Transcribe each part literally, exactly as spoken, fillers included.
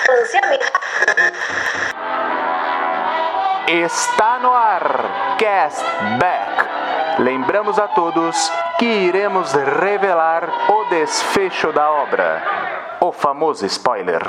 Está no ar, Cast Back. Lembramos a todos que iremos revelar o desfecho da obra, o famoso spoiler.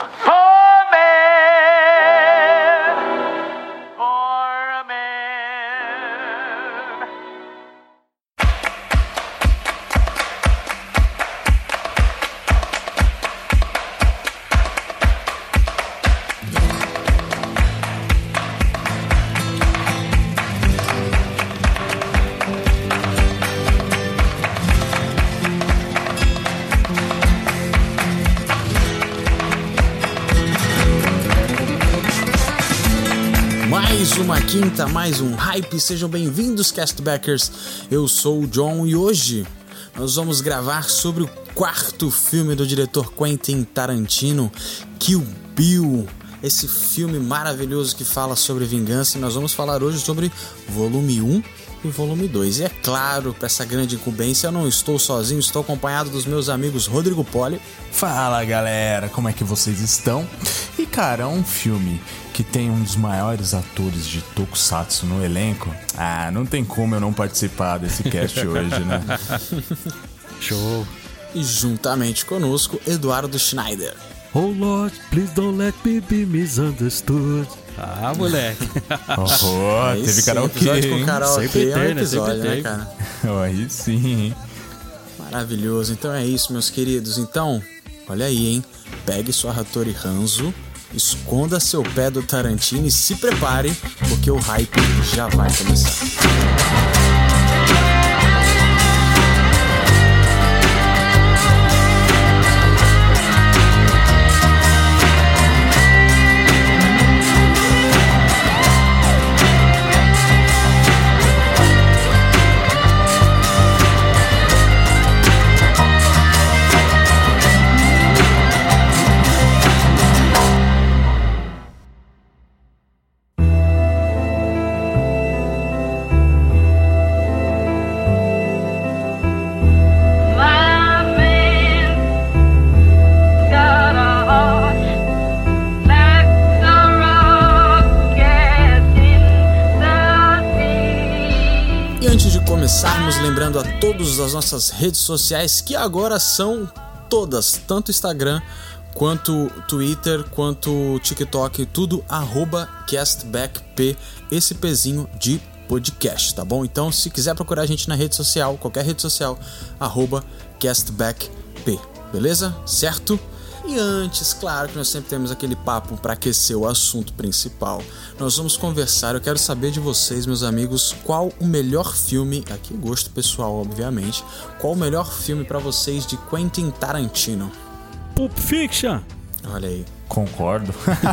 Mais uma quinta, mais um hype, sejam bem-vindos, Castbackers. Eu sou o John e hoje nós vamos gravar sobre o quarto filme do diretor Quentin Tarantino, Kill Bill. Esse filme maravilhoso que fala sobre vingança, e nós vamos falar hoje sobre volume um e volume dois. E é claro, para essa grande incumbência, eu não estou sozinho, estou acompanhado dos meus amigos Rodrigo Poli. Fala galera, como é que vocês estão? E cara, é um filme que tem um dos maiores atores de Tokusatsu no elenco. Ah, não tem como eu não participar desse cast hoje, né? Show! E juntamente conosco, Eduardo Schneider. Oh Lord, please don't let me be misunderstood. Ah, moleque. Oh, teve sim, karaokê, hein? Karaokê sempre é um tem, episódio, né, né, cara? Oh, aí sim. Maravilhoso. Então é isso, meus queridos. Então, olha aí, hein? Pegue sua Hattori Hanzo, esconda seu pé do Tarantino e se prepare, porque o hype já vai começar. Lembrando a todos as nossas redes sociais, que agora são todas, tanto Instagram, quanto Twitter, quanto TikTok, tudo arroba castbackp, esse pezinho de podcast, tá bom? Então, se quiser procurar a gente na rede social, qualquer rede social, arroba castbackp, beleza? Certo? E antes, claro que nós sempre temos aquele papo para aquecer o assunto principal. Nós vamos conversar, eu quero saber de vocês, meus amigos, qual o melhor filme, aqui gosto pessoal, obviamente, qual o melhor filme para vocês de Quentin Tarantino? Pulp Fiction! Olha aí. Concordo.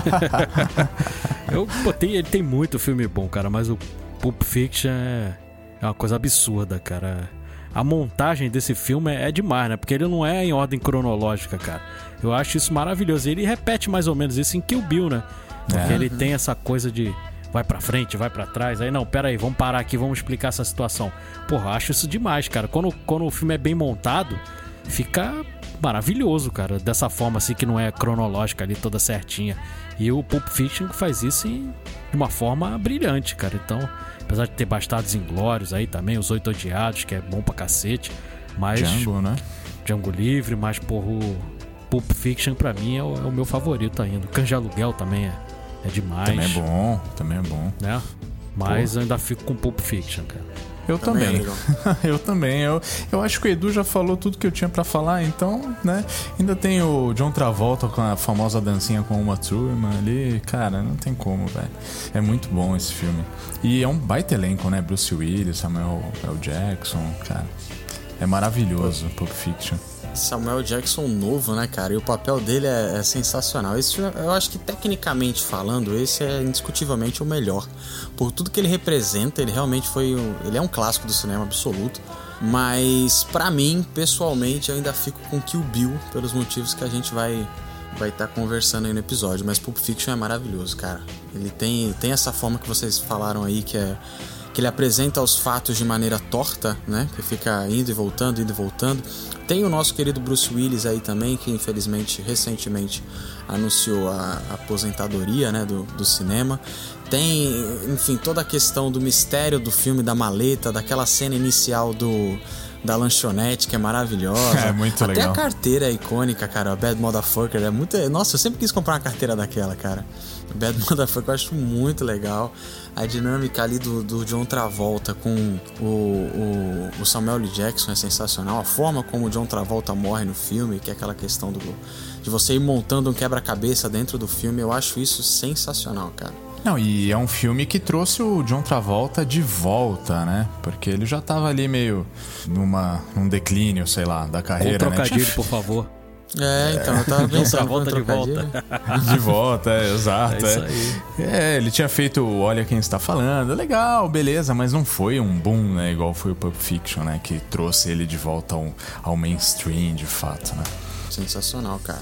Eu botei, ele tem muito filme bom, cara, mas o Pulp Fiction é, é uma coisa absurda, cara. A montagem desse filme é, é demais, né? Porque ele não é em ordem cronológica, cara. Eu acho isso maravilhoso. E ele repete mais ou menos isso em Kill Bill, né? Porque é. ele tem essa coisa de vai pra frente, vai pra trás. Aí, não, pera aí, vamos parar aqui, vamos explicar essa situação. Porra, acho isso demais, cara. Quando, quando o filme é bem montado, fica maravilhoso, cara. Dessa forma, assim, que não é cronológica ali, toda certinha. E o Pulp Fiction faz isso em, de uma forma brilhante, cara. Então, apesar de ter Bastardos Inglórios aí também, Os Oito Odiados, que é bom pra cacete. Mas Django, né? Django Livre, mas, porra, o Pulp Fiction pra mim é o, é o meu favorito ainda. O Cães de Aluguel também é, é demais. Também é bom, também é bom. Né? Mas porra, eu ainda fico com Pulp Fiction, cara. Eu também, também. eu também. Eu, eu acho que o Edu já falou tudo que eu tinha pra falar, então, né? Ainda tem o John Travolta com a famosa dancinha com Uma Thurman ali. Cara, não tem como, velho. É muito bom esse filme. E é um baita elenco, né? Bruce Willis, Samuel L. Jackson, cara. É maravilhoso, Pulp Fiction. Samuel Jackson novo, né, cara? E o papel dele é, é sensacional. Esse, eu acho que, tecnicamente falando, esse é indiscutivelmente o melhor. Por tudo que ele representa, ele realmente foi... Ele é um clássico do cinema absoluto. Mas, pra mim, pessoalmente, eu ainda fico com Kill Bill, pelos motivos que a gente vai vai estar tá conversando aí no episódio. Mas Pulp Fiction é maravilhoso, cara. Ele tem, tem essa forma que vocês falaram aí, que é... que ele apresenta os fatos de maneira torta, né? Que fica indo e voltando, indo e voltando. Tem o nosso querido Bruce Willis aí também, que infelizmente, recentemente, anunciou a aposentadoria, né, do, do cinema. Tem, enfim, toda a questão do mistério do filme, da maleta, daquela cena inicial do... da lanchonete, que é maravilhosa. É muito Até legal. Até a carteira é icônica, cara. A Bad Motherfucker é muito... Nossa, eu sempre quis comprar uma carteira daquela, cara. Bad Motherfucker eu acho muito legal. A dinâmica ali do, do John Travolta com o, o, o Samuel L. Jackson é sensacional. A forma como o John Travolta morre no filme, que é aquela questão do, de você ir montando um quebra-cabeça dentro do filme, eu acho isso sensacional, cara. Não, e é um filme que trouxe o John Travolta de volta, né? Porque ele já tava ali meio numa, num declínio, sei lá, da carreira, um trocadilho, né? Tinha... por favor. É, então, eu tava pensando John Travolta de volta. De volta, é, exato. É isso aí. É. é, ele tinha feito Olha Quem Está Falando, legal, beleza, mas não foi um boom, né? Igual foi o Pulp Fiction, né? Que trouxe ele de volta ao, ao mainstream, de fato, né? Sensacional, cara.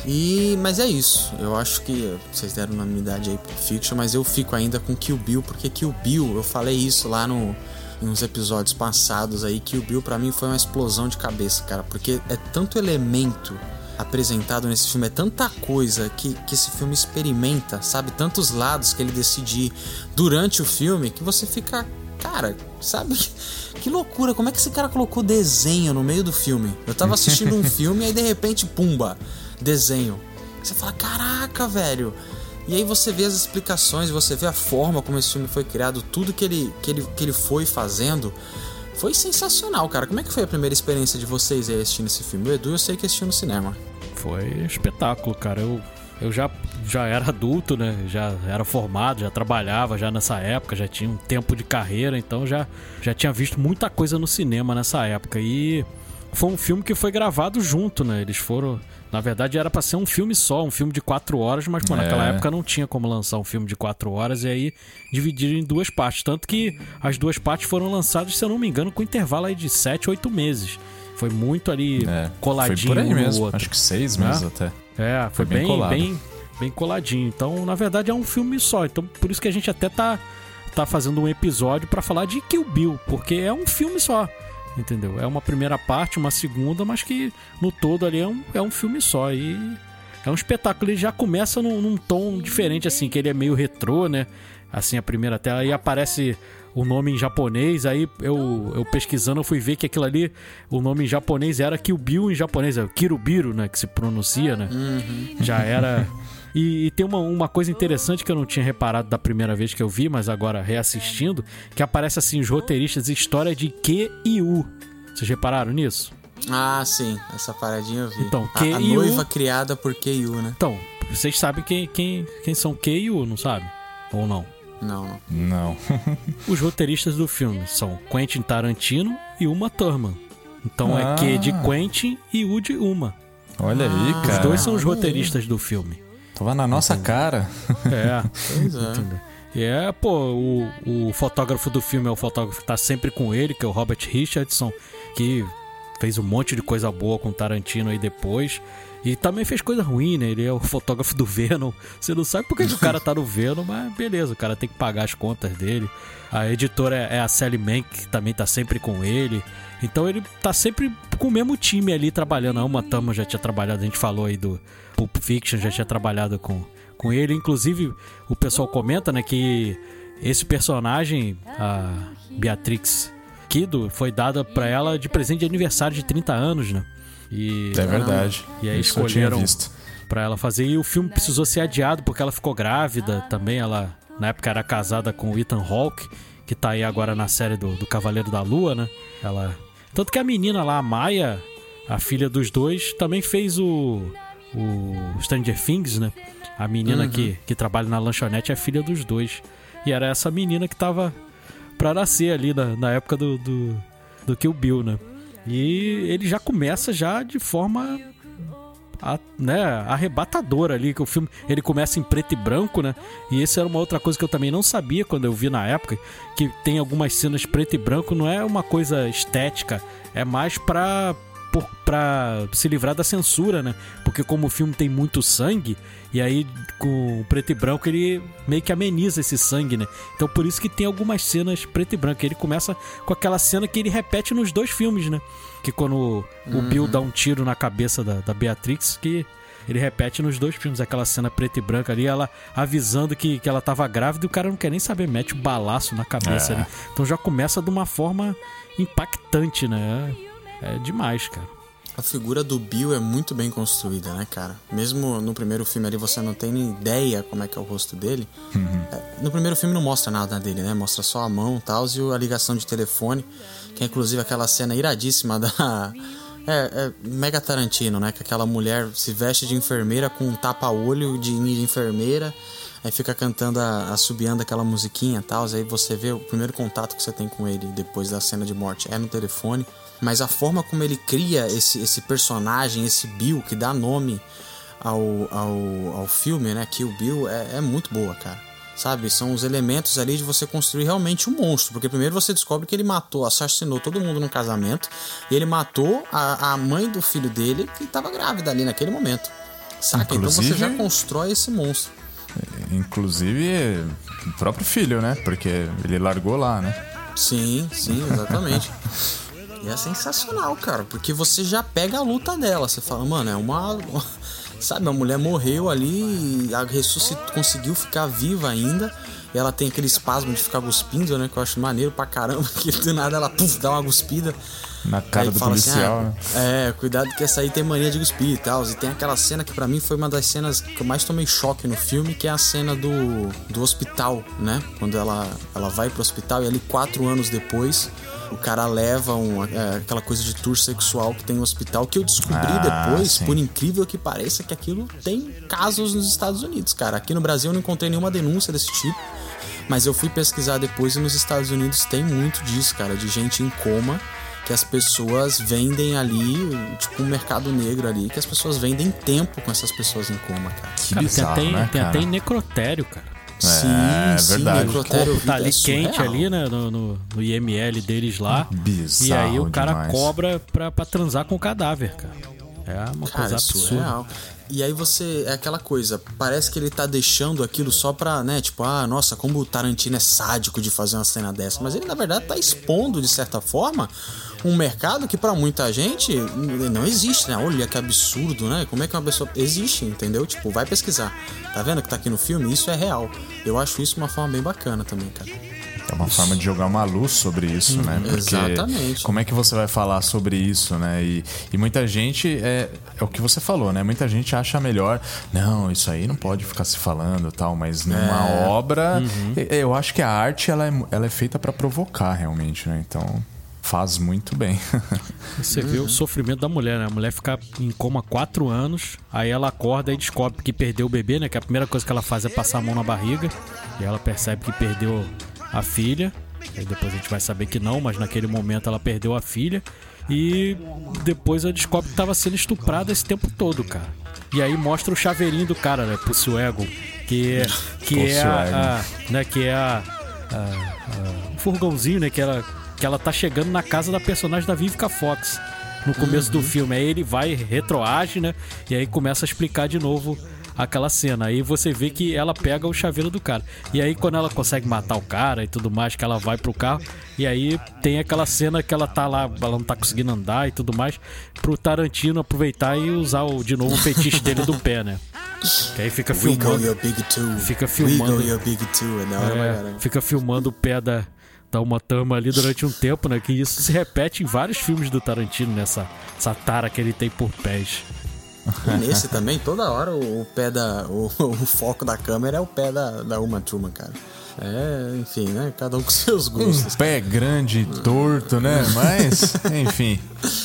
E, mas é isso, eu acho que vocês deram unanimidade aí pro Fiction, mas eu fico ainda com Kill Bill, porque Kill Bill, eu falei isso lá no, em uns episódios passados aí, Kill Bill pra mim foi uma explosão de cabeça, cara, porque é tanto elemento apresentado nesse filme, é tanta coisa que, que esse filme experimenta, sabe, tantos lados que ele decide ir durante o filme, que você fica, cara, sabe, que loucura, como é que esse cara colocou desenho no meio do filme? Eu tava assistindo um filme e aí de repente, pumba, desenho. Você fala, caraca, velho. E aí você vê as explicações, você vê a forma como esse filme foi criado, tudo que ele, que ele, que ele foi fazendo. Foi sensacional, cara. Como é que foi a primeira experiência de vocês aí assistindo esse filme? O Edu, eu sei que assistiu no cinema. Foi espetáculo, cara. Eu, eu já, já era adulto, né? Já era formado, já trabalhava já nessa época, já tinha um tempo de carreira, então já, já tinha visto muita coisa no cinema nessa época. E foi um filme que foi gravado junto, né? Eles foram... Na verdade era pra ser um filme só, um filme de quatro horas, mas pô, é. naquela época não tinha como lançar um filme de quatro horas, e aí dividiram em duas partes. Tanto que as duas partes foram lançadas, se eu não me engano, com intervalo aí de sete, oito meses. Foi muito ali é, coladinho foi por aí um mesmo. no outro. Acho que seis meses é? até. É, foi, foi bem, bem, bem, bem coladinho. Então, na verdade, é um filme só. Então, por isso que a gente até tá, tá fazendo um episódio pra falar de Kill Bill, porque é um filme só. Entendeu? É uma primeira parte, uma segunda, mas que no todo ali é um, é um filme só. E é um espetáculo. Ele já começa num, num tom diferente, assim, que ele é meio retrô, né? Assim, a primeira tela. Aí aparece o nome em japonês. Aí eu, eu pesquisando, eu fui ver que aquilo ali, o nome em japonês era Kill Bill em japonês. É o Kirubiru, né? Que se pronuncia, né? Uhum. Já era... E, e tem uma, uma coisa interessante que eu não tinha reparado da primeira vez que eu vi, mas agora reassistindo, que aparece assim os roteiristas, história de Q e U. Vocês repararam nisso? Ah, sim, essa paradinha eu vi. Então, a, Q a e U... noiva criada por Q e U, né? Então, vocês sabem quem, quem, quem são Q e U, não sabe? Ou não? Não, não. Não. Os roteiristas do filme são Quentin Tarantino e Uma Thurman. Então ah. é Q de Quentin e U de Uma. Olha aí, Ah, cara. Os dois são os olha roteiristas aí. do filme. Tava na nossa Entendeu? cara. É. Pois é. Entendeu? E é, pô, o, o fotógrafo do filme é o fotógrafo que tá sempre com ele, que é o Robert Richardson, que fez um monte de coisa boa com o Tarantino aí depois. E também fez coisa ruim, né? Ele é o fotógrafo do Venom. Você não sabe por que o cara tá no Venom, mas beleza, o cara tem que pagar as contas dele. A editora é a Sally Mann, que também tá sempre com ele. Então ele tá sempre com o mesmo time ali trabalhando. A Uma Thurman já tinha trabalhado, a gente falou aí do Pulp Fiction, já tinha trabalhado com, com ele. Inclusive, o pessoal comenta, né, que esse personagem, a Beatrix Kiddo, foi dada pra ela de presente de aniversário de trinta anos, né? E, É verdade. E aí Isso eu tinha escolheram visto. pra ela fazer. E o filme precisou ser adiado porque ela ficou grávida também. Ela, na época, era casada com o Ethan Hawke, que tá aí agora na série do, do Cavaleiro da Lua, né? Ela... Tanto que a menina lá, a Maya, a filha dos dois, também fez o, o Stranger Things, né? A menina Uhum. que, que trabalha na lanchonete é a filha dos dois. E era essa menina que tava pra nascer ali na, na época do, do, do Kill Bill, né? E ele já começa já de forma... A, né, arrebatadora ali, que o filme ele começa em preto e branco, né? E isso era uma outra coisa que eu também não sabia quando eu vi na época, que tem algumas cenas preto e branco, não é uma coisa estética, é mais pra por, pra se livrar da censura, né? Porque como o filme tem muito sangue, e aí com o preto e branco ele meio que ameniza esse sangue, né? Então por isso que tem algumas cenas preto e branco. Ele começa com aquela cena que ele repete nos dois filmes, né? Que quando o Uhum. Bill dá um tiro na cabeça da, da Beatrix, que ele repete nos dois filmes, aquela cena preta e branca ali, ela avisando que, que ela tava grávida e o cara não quer nem saber, mete o um balaço na cabeça É. ali. Então já começa de uma forma impactante, né? É demais, cara. A figura do Bill é muito bem construída, né, cara? Mesmo no primeiro filme ali você não tem nem ideia como é que é o rosto dele. É, no primeiro filme não mostra nada dele, né? Mostra só a mão e tal, e a ligação de telefone, que é inclusive aquela cena iradíssima da... É, é mega Tarantino, né? Que aquela mulher se veste de enfermeira com um tapa-olho de enfermeira, aí fica cantando, a, assobiando aquela musiquinha e tal, aí você vê o primeiro contato que você tem com ele depois da cena de morte é no telefone. Mas a forma como ele cria esse, esse personagem, esse Bill, que dá nome ao, ao, ao filme, né? Kill Bill, é, é muito boa, cara. Sabe? São os elementos ali de você construir realmente um monstro. Porque primeiro você descobre que ele matou, assassinou todo mundo num casamento. E ele matou a, a mãe do filho dele, que estava grávida ali naquele momento. Saca? Inclusive, então você já constrói esse monstro. Inclusive o próprio filho, né? Porque ele largou lá, né? Sim, sim, exatamente. E é sensacional, cara, porque você já pega a luta dela. Você fala, mano, é uma... Sabe, a mulher morreu ali, a ressuscitou, conseguiu ficar viva ainda. E ela tem aquele espasmo de ficar cuspindo, né? Que eu acho maneiro pra caramba. Que do nada ela puf, dá uma cuspida. Na cara aí do fala policial, assim, né? ah, é, cuidado que essa aí tem mania de cuspir e tal. E tem aquela cena que pra mim foi uma das cenas que eu mais tomei choque no filme, que é a cena do, do hospital, né? Quando ela, ela vai pro hospital e ali quatro anos depois o cara leva um, é, aquela coisa de tour sexual que tem no hospital, que eu descobri Ah, depois, sim. por incrível que pareça, que aquilo tem casos nos Estados Unidos, cara. Aqui no Brasil eu não encontrei nenhuma denúncia desse tipo, mas eu fui pesquisar depois e nos Estados Unidos tem muito disso, cara, de gente em coma, que as pessoas vendem ali, tipo um mercado negro ali, que as pessoas vendem tempo com essas pessoas em coma, cara. Que Cara, bizarro, tem, até, né, tem cara? até em necrotério, cara. Sim, é sim, verdade. necrotério O corpo tá ali é quente surreal. ali, né, no, no, no I M L deles lá. Bizarro E aí o cara demais. cobra pra, pra transar com o cadáver, cara. É uma Cara, coisa é absurda. surreal. E aí você, é aquela coisa, parece que ele tá deixando aquilo só pra, né, tipo, ah, nossa, como o Tarantino é sádico de fazer uma cena dessa. Mas ele, na verdade, tá expondo, de certa forma, um mercado que pra muita gente não existe, né? Olha que absurdo, né? Como é que uma pessoa... Existe, entendeu? Tipo, vai pesquisar. Tá vendo que tá aqui no filme? Isso é real. Eu acho isso uma forma bem bacana também, cara. É uma forma de jogar uma luz sobre isso, né? Porque exatamente. como é que você vai falar sobre isso, né? E, e muita gente, é, é o que você falou, né? Muita gente acha melhor, não, isso aí não pode ficar se falando e tal, mas numa É. obra, eu acho que a arte, ela é, ela é feita pra provocar realmente, né? Então faz muito bem. Você vê o sofrimento da mulher, né? A mulher fica em coma quatro anos, aí ela acorda e descobre que perdeu o bebê, né? Que a primeira coisa que ela faz é passar a mão na barriga, e ela percebe que perdeu a filha. Aí depois a gente vai saber que não, mas naquele momento ela perdeu a filha. E depois ela descobre que estava sendo estuprada esse tempo todo, cara. E aí mostra o chaveirinho do cara, né? Pussy Wagon, que é, que é a, a, né? Que é a, a, a o furgãozinho, né? Que ela, que ela tá chegando na casa da personagem da Vivica Fox no começo do filme. Aí ele vai, retroage, né? E aí começa a explicar de novo aquela cena. Aí você vê que ela pega o chaveiro do cara. E aí quando ela consegue matar o cara e tudo mais, que ela vai pro carro, e aí tem aquela cena que ela tá lá, ela não tá conseguindo andar e tudo mais, pro Tarantino aproveitar e usar o, de novo o fetiche dele do pé, né? Que aí fica We go filmando. your big two. Fica filmando. We go your big two. É da hora pra É, caramba. fica filmando o pé da, da Uma Thurman ali durante um tempo, né? Que isso se repete em vários filmes do Tarantino, nessa essa tara que ele tem por pés. E nesse também, toda hora o, o pé da. O, o foco da câmera é o pé da, da Uma Thurman, cara. É, enfim, né? Cada um com seus Um gostos. pé grande, torto, né? Mas, enfim.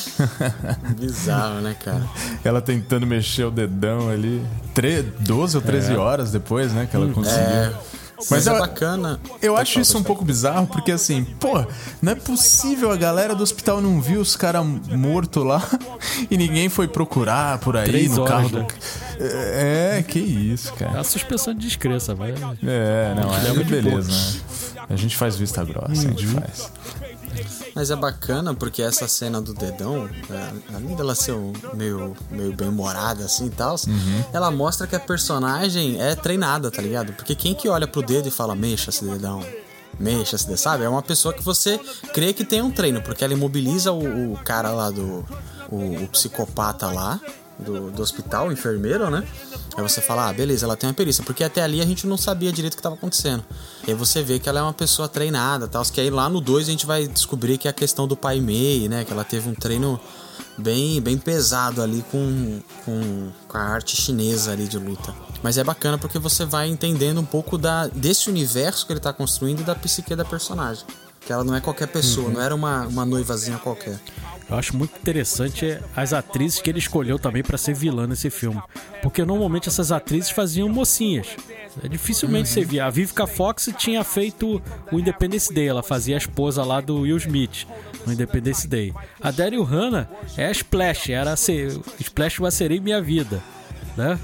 Bizarro, né, cara? Ela tentando mexer o dedão ali. Tre- doze ou treze horas depois, né? Que ela conseguiu. É. Mas Mas eu- é bacana. Eu Pode acho falar, isso um pode pouco bizarro, porque assim, pô, não é possível, a galera do hospital não viu os caras mortos lá e ninguém foi procurar por aí Três no horas, carro né? do... É, que isso, É cara. a suspensão de descrença, vai. É, não, é Leva de beleza, né? A gente faz vista grossa, a gente faz. Mas é bacana porque essa cena do dedão, é, além dela ser um, meio, meio bem-humorada assim e tal, uhum. ela mostra que a personagem é treinada, tá ligado? Porque quem que olha pro dedo e fala, mexa esse dedão, mexa esse dedão, sabe? É uma pessoa que você crê que tem um treino, porque ela imobiliza o, o cara lá do... O, o psicopata lá, do, do hospital, o enfermeiro, né? Aí você fala, ah, beleza, ela tem uma perícia. Porque até ali a gente não sabia direito o que estava acontecendo. E aí você vê que ela é uma pessoa treinada, tal. Que aí lá no dois a gente vai descobrir que é a questão do Pai Mei, né? Que ela teve um treino bem, bem pesado ali com, com, com a arte chinesa ali de luta. Mas é bacana porque você vai entendendo um pouco da, desse universo que ele está construindo e da psique da personagem. Que ela não é qualquer pessoa, uhum. não era uma, uma noivazinha qualquer. Eu acho muito interessante as atrizes que ele escolheu também pra ser vilã nesse filme. Porque normalmente essas atrizes faziam mocinhas. Dificilmente uhum. você via. A Vivica Fox tinha feito o Independence Day. Ela fazia a esposa lá do Will Smith no Independence Day. A Daryl Hannah é a Splash. Era a se... Splash Vacerei Minha Vida, né?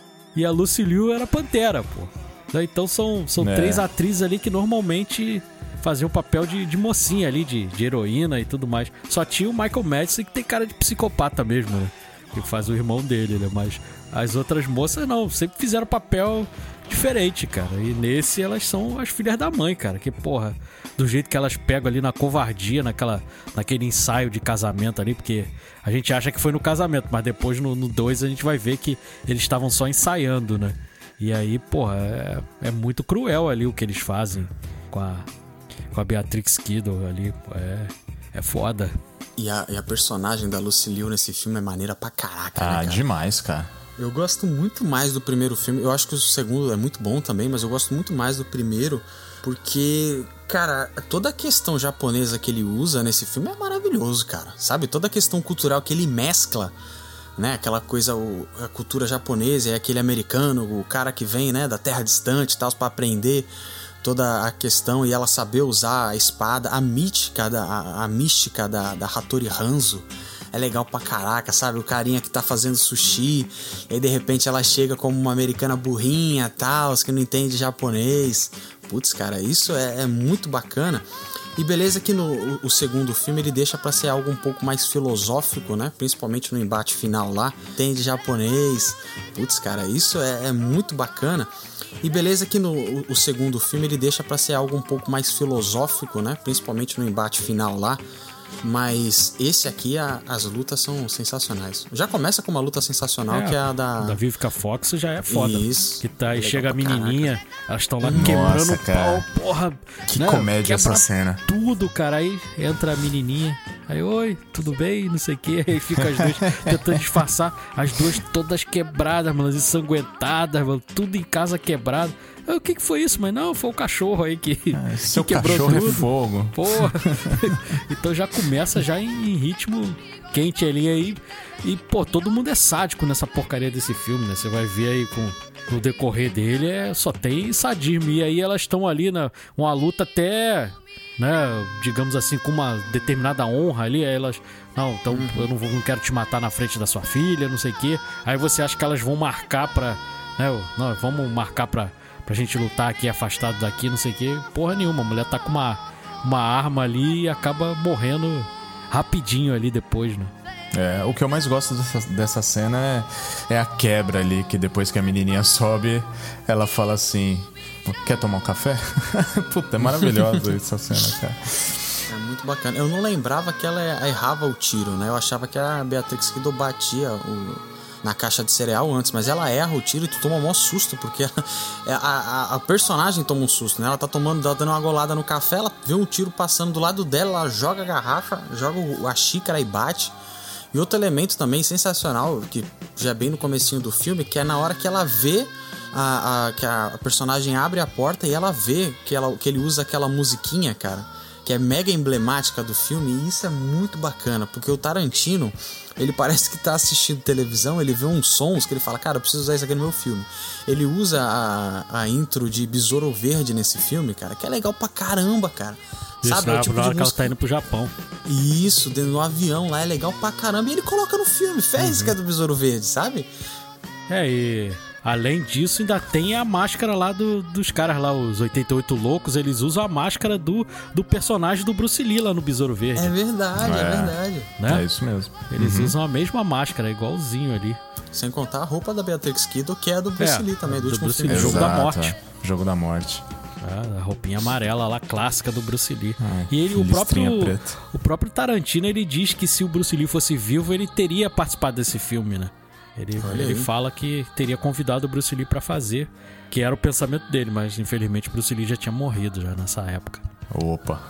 E a Lucy Liu era a Pantera, pô. Então são, são é. três atrizes ali que normalmente... fazer o papel de, de mocinha ali, de, de heroína e tudo mais. Só tinha o Michael Madsen, que tem cara de psicopata mesmo, né? Que faz o irmão dele, né? Mas as outras moças não, sempre fizeram papel diferente, cara. E nesse elas são as filhas da mãe, cara. Que porra, do jeito que elas pegam ali na covardia, naquela, naquele ensaio de casamento ali, porque a gente acha que foi no casamento, mas depois no dois a gente vai ver que eles estavam só ensaiando, né? E aí, porra, é, é muito cruel ali o que eles fazem com a... com a Beatrix Kiddo ali, é, é foda. E a, e a personagem da Lucy Liu nesse filme é maneira pra caraca, ah, né, cara? demais, cara. Eu gosto muito mais do primeiro filme. Eu acho que o segundo é muito bom também, mas eu gosto muito mais do primeiro porque, cara, toda a questão japonesa que ele usa nesse filme é maravilhoso, cara. Sabe? Toda a questão cultural que ele mescla, né? Aquela coisa, o, a cultura japonesa e aquele americano, o cara que vem, né, da terra distante e tal, pra aprender toda a questão e ela saber usar a espada, a mística da, a, a mística da, da Hattori Hanzo é legal pra caraca, sabe? O carinha que tá fazendo sushi e aí de repente ela chega como uma americana burrinha e tal, que não entende japonês. Putz, cara, isso é, é muito bacana. E beleza que no o, o segundo filme ele deixa pra ser algo um pouco mais filosófico, né? Principalmente no embate final lá, entende japonês. Putz, cara, isso é, é muito bacana. E beleza que no o, o segundo filme ele deixa pra ser algo um pouco mais filosófico, né? Principalmente no embate final lá. Mas esse aqui, a, as lutas são sensacionais. Já começa com uma luta sensacional, é, que é a da... da Vivica Fox já é foda. Isso. Que tá aí, chega a menininha, caraca. Elas estão lá quebrando o pau, porra. Que né? comédia essa cena. Tudo, cara. Aí entra a menininha. Aí, oi, tudo bem? Não sei o que. Aí fica as duas tentando disfarçar. As duas todas quebradas, mano, ensanguentadas, mano. Tudo em casa quebrado. O que que foi isso? Mas não, foi o cachorro aí que, ah, seu que quebrou cachorro tudo. É fogo. Porra. Então já começa já em ritmo quente ali aí. E, pô, todo mundo é sádico nessa porcaria desse filme, né? Você vai ver aí com no decorrer dele, é, só tem sadismo. E aí elas estão ali na uma luta até, né, digamos assim, com uma determinada honra ali. Aí elas, não, então uhum. eu não, vou, não quero te matar na frente da sua filha, não sei o quê. Aí você acha que elas vão marcar pra, né, não, vamos marcar pra pra gente lutar aqui afastado daqui, não sei o que, porra nenhuma. A mulher tá com uma, uma arma ali e acaba morrendo rapidinho ali depois, né? É, o que eu mais gosto dessa, dessa cena é, é a quebra ali, que depois que a menininha sobe, ela fala assim, quer tomar um café? Puta, é maravilhosa essa cena, cara. É muito bacana. Eu não lembrava que ela errava o tiro, né? Eu achava que a Beatrix Kiddo batia o... na caixa de cereal antes, mas ela erra o tiro e tu toma um maior susto, porque ela, a, a, a personagem toma um susto, né? Ela tá tomando, ela dando uma golada no café, ela vê um tiro passando do lado dela, ela joga a garrafa, joga a xícara e bate. E outro elemento também sensacional, que já é bem no comecinho do filme, que é na hora que ela vê a, a, que a personagem abre a porta e ela vê que, ela, que ele usa aquela musiquinha, cara, que é mega emblemática do filme, e isso é muito bacana, porque o Tarantino, ele parece que tá assistindo televisão, ele vê uns sons que ele fala, cara, eu preciso usar isso aqui no meu filme. Ele usa a, a intro de Besouro Verde nesse filme, cara, que é legal pra caramba, cara. Isso, sabe? Na, é o tipo na hora de que ela música... tá indo pro Japão. Isso, dentro do avião lá, é legal pra caramba. E ele coloca no filme, fez uhum. que é do Besouro Verde, sabe? É, e Além disso, ainda tem a máscara lá do, dos caras lá, os oitenta e oito loucos, eles usam a máscara do, do personagem do Bruce Lee lá no Besouro Verde. É verdade, é, é verdade. Né? É isso mesmo. Eles uhum. usam a mesma máscara, igualzinho ali. Sem contar a roupa da Beatrix Kiddo, que é do Bruce é, Lee também, do, do último Bruce filme. Lee, Jogo da Morte. É. Jogo da Morte. É, a roupinha amarela lá, clássica do Bruce Lee. Ai, e ele, o próprio, preta. o próprio Tarantino, ele diz que se o Bruce Lee fosse vivo, ele teria participado desse filme, né? Ele, ele fala que teria convidado o Bruce Lee pra fazer, que era o pensamento dele, mas infelizmente o Bruce Lee já tinha morrido já nessa época. Opa,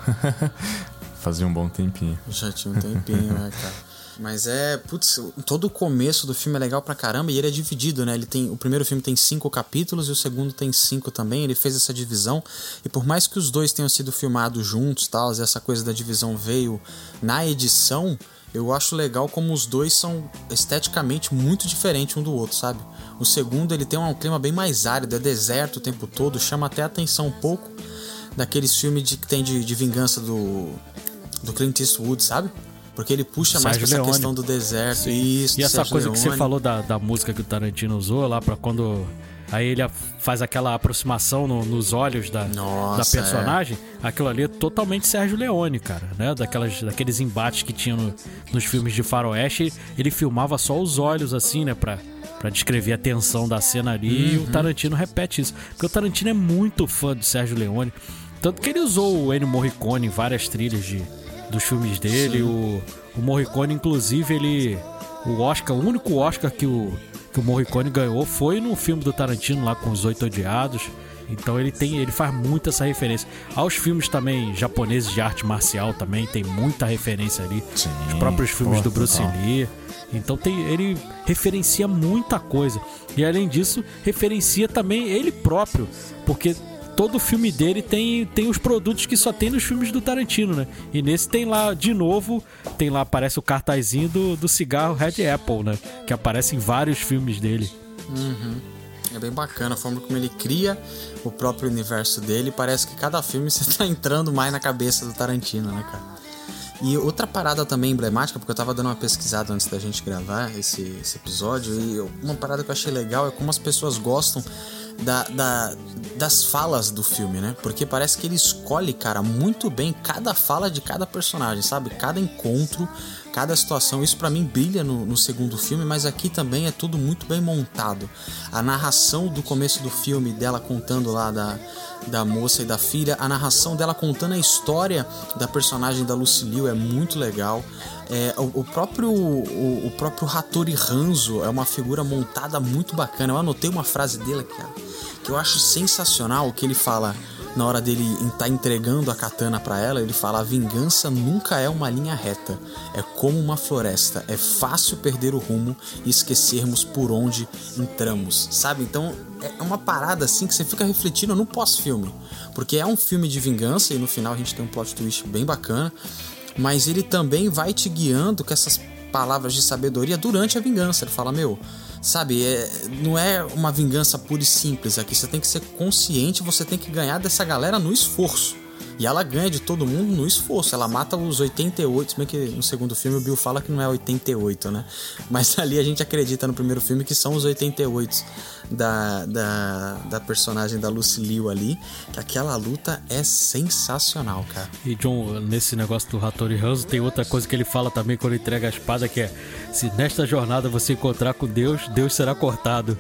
fazia um bom tempinho. Já tinha um tempinho, né, cara? Mas é, putz, todo o começo do filme é legal pra caramba e ele é dividido, né? Ele tem, o primeiro filme tem cinco capítulos e o segundo tem cinco também. Ele fez essa divisão e por mais que os dois tenham sido filmados juntos, tal, e essa coisa da divisão veio na edição, eu acho legal como os dois são esteticamente muito diferentes um do outro, sabe? O segundo, ele tem um clima bem mais árido, é deserto o tempo todo, chama até a atenção um pouco daqueles filmes de, que tem de, de vingança do, do Clint Eastwood, sabe? Porque ele puxa mais pra essa Leone. questão do deserto. Isso, e essa Sérgio coisa Leone. que você falou da, da música que o Tarantino usou lá pra quando... Aí ele faz aquela aproximação no, nos olhos da, Nossa, da personagem. É. Aquilo ali é totalmente Sérgio Leone, cara, né? Daquelas, daqueles embates que tinha no, nos filmes de faroeste. Ele filmava só os olhos, assim, né? Pra, pra descrever a tensão da cena ali. Uhum. E o Tarantino repete isso. Porque o Tarantino é muito fã do Sérgio Leone. Tanto que ele usou o Ennio Morricone em várias trilhas de, dos filmes dele. O, o Morricone, inclusive, ele... O Oscar, o único Oscar que o... que o Morricone ganhou foi no filme do Tarantino lá com Os Oito Odiados. Então ele tem, ele faz muito essa referência aos filmes também japoneses de arte marcial, também tem muita referência ali. Sim, os próprios filmes porra, do Bruce total. Lee. Então tem, ele referencia muita coisa e além disso referencia também ele próprio, porque todo filme dele tem, tem os produtos que só tem nos filmes do Tarantino, né? E nesse tem lá, de novo, tem lá, aparece o cartazinho do, do cigarro Red Apple, né? Que aparece em vários filmes dele. Uhum. É bem bacana a forma como ele cria o próprio universo dele. Parece que cada filme você tá entrando mais na cabeça do Tarantino, né, cara? E outra parada também emblemática, porque eu tava dando uma pesquisada antes da gente gravar esse, esse episódio, e uma parada que eu achei legal é como as pessoas gostam Da, da, das falas do filme, né? Porque parece que ele escolhe, cara, muito bem cada fala de cada personagem, sabe? Cada encontro, cada situação. Isso pra mim brilha no, no segundo filme, mas aqui também é tudo muito bem montado. A narração do começo do filme, dela contando lá da, da moça e da filha, a narração dela contando a história da personagem da Lucy Liu é muito legal. É, o, o próprio o, o próprio Hattori Hanzo é uma figura montada muito bacana. Eu anotei uma frase dele, cara, que eu acho sensacional, que ele fala na hora dele estar entregando a katana pra ela, ele fala: a vingança nunca é uma linha reta, é como uma floresta, é fácil perder o rumo e esquecermos por onde entramos, sabe? Então é uma parada assim que você fica refletindo no pós-filme, porque é um filme de vingança e no final a gente tem um plot twist bem bacana, mas ele também vai te guiando com essas palavras de sabedoria durante a vingança. Ele fala: meu, sabe, é, não é uma vingança pura e simples aqui, você tem que ser consciente, você tem que ganhar dessa galera no esforço. E ela ganha de todo mundo no esforço. Ela mata os oitenta e oito, se bem que no segundo filme o Bill fala que não é oitenta e oito, né? Mas ali a gente acredita no primeiro filme que são os oitenta e oito da, da, da personagem da Lucy Liu ali. Que aquela luta é sensacional, cara. E John, nesse negócio do Hattori Hanzo, tem outra coisa que ele fala também quando ele entrega a espada, que é: se nesta jornada você encontrar com Deus, Deus será cortado.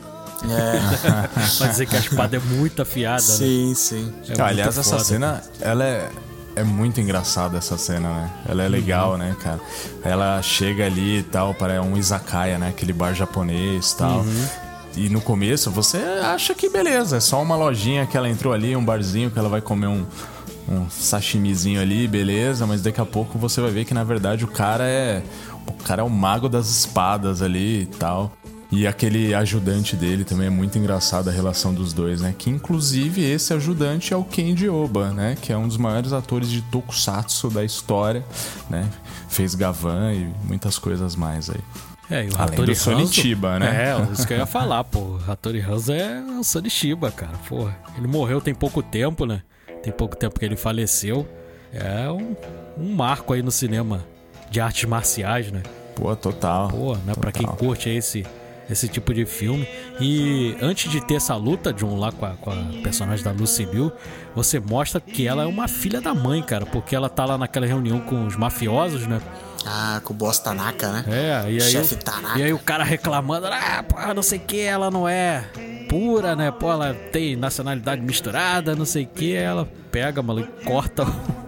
É. Pra dizer que a espada é muito afiada, sim, né? sim. É Aliás, essa foda. cena, ela é, é muito engraçada, essa cena, né? Ela é legal, uhum. né, cara? Ela chega ali e tal, para um izakaya, né? Aquele bar japonês e tal. Uhum. E no começo você acha que beleza, é só uma lojinha que ela entrou ali, um barzinho que ela vai comer um, um sashimizinho ali, beleza. Mas daqui a pouco você vai ver que na verdade o cara é... O cara é o mago das espadas ali e tal. E aquele ajudante dele também é muito engraçado, a relação dos dois, né? Que inclusive esse ajudante é o Kenji Oba, né? Que é um dos maiores atores de tokusatsu da história, né? Fez Gavan e muitas coisas mais aí. É, e o Além Hattori do Sonitiba, Hanzo, né? É, isso que eu ia falar, pô. O Hattori Hanzo é o Sonitiba, cara. Porra, ele morreu tem pouco tempo, né? Tem pouco tempo que ele faleceu. É um, um marco aí no cinema de artes marciais, né? Pô, total. Pô, né? Total. Pra quem curte aí esse... esse tipo de filme. E antes de ter essa luta, John, lá com a, com a personagem da Lucy Liu, você mostra que ela é uma filha da mãe, cara, porque ela tá lá naquela reunião com os mafiosos, né? Ah, com o boss Tanaka, né? É, e aí, Chefe o, Tanaka. e aí o cara reclamando, ah, pô, não sei o que, ela não é pura, né? Pô, ela tem nacionalidade misturada, não sei o que. Ela pega, mano, e corta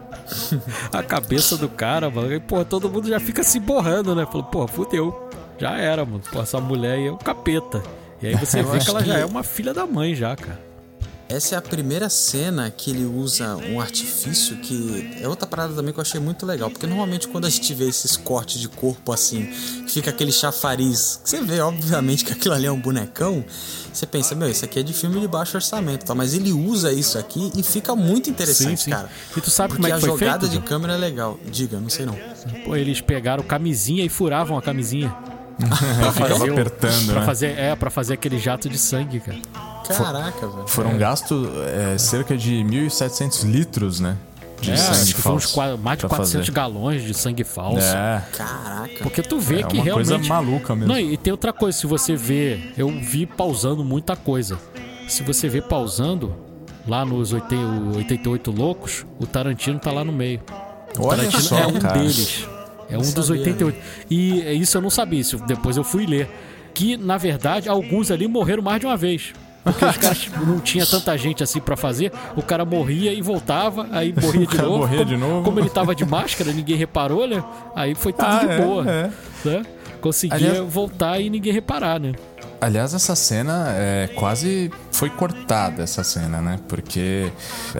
a cabeça do cara, mano. E, pô, todo mundo já fica se borrando, né? Falou, pô, fudeu. Já era, mano. Pô, essa mulher aí é um capeta. E aí você vê que ela já é uma filha da mãe já, cara. Essa é a primeira cena que ele usa um artifício que é outra parada também que eu achei muito legal. Porque normalmente quando a gente vê esses cortes de corpo assim, que fica aquele chafariz, que você vê obviamente que aquilo ali é um bonecão, você pensa, meu, isso aqui é de filme de baixo orçamento, tá? Mas ele usa isso aqui e fica muito interessante, sim, sim. cara. E tu sabe porque como é que foi a jogada feito, de câmera é legal. Diga, não sei não. Pô, eles pegaram camisinha e furavam a camisinha. pra fazer o, apertando, pra né? fazer, é, pra fazer aquele jato de sangue, cara. Caraca, velho. Foram é. gastos é, cerca de mil e setecentos litros, né? De é, sangue acho que foram uns, mais de quatrocentos fazer. galões de sangue falso. É. Caraca. Porque tu vê é que uma realmente... coisa maluca mesmo. Não, e tem outra coisa, se você vê... Eu vi pausando muita coisa. Se você vê pausando, lá nos oitenta e oito Loucos, o Tarantino tá lá no meio. O Olha Tarantino só, é um cara. deles. É um não dos sabia, oitenta e oito. né? E isso eu não sabia, isso depois eu fui ler. Que, na verdade, alguns ali morreram mais de uma vez. Porque os caras não tinha tanta gente assim pra fazer. O cara morria e voltava, aí morria de novo. Morria como, de novo. Como ele tava de máscara, ninguém reparou, né? Aí foi tudo ah, de é, boa. É. Né? Conseguia Aliás, voltar e ninguém reparar, né? Aliás, essa cena é, quase foi cortada, essa cena, né? Porque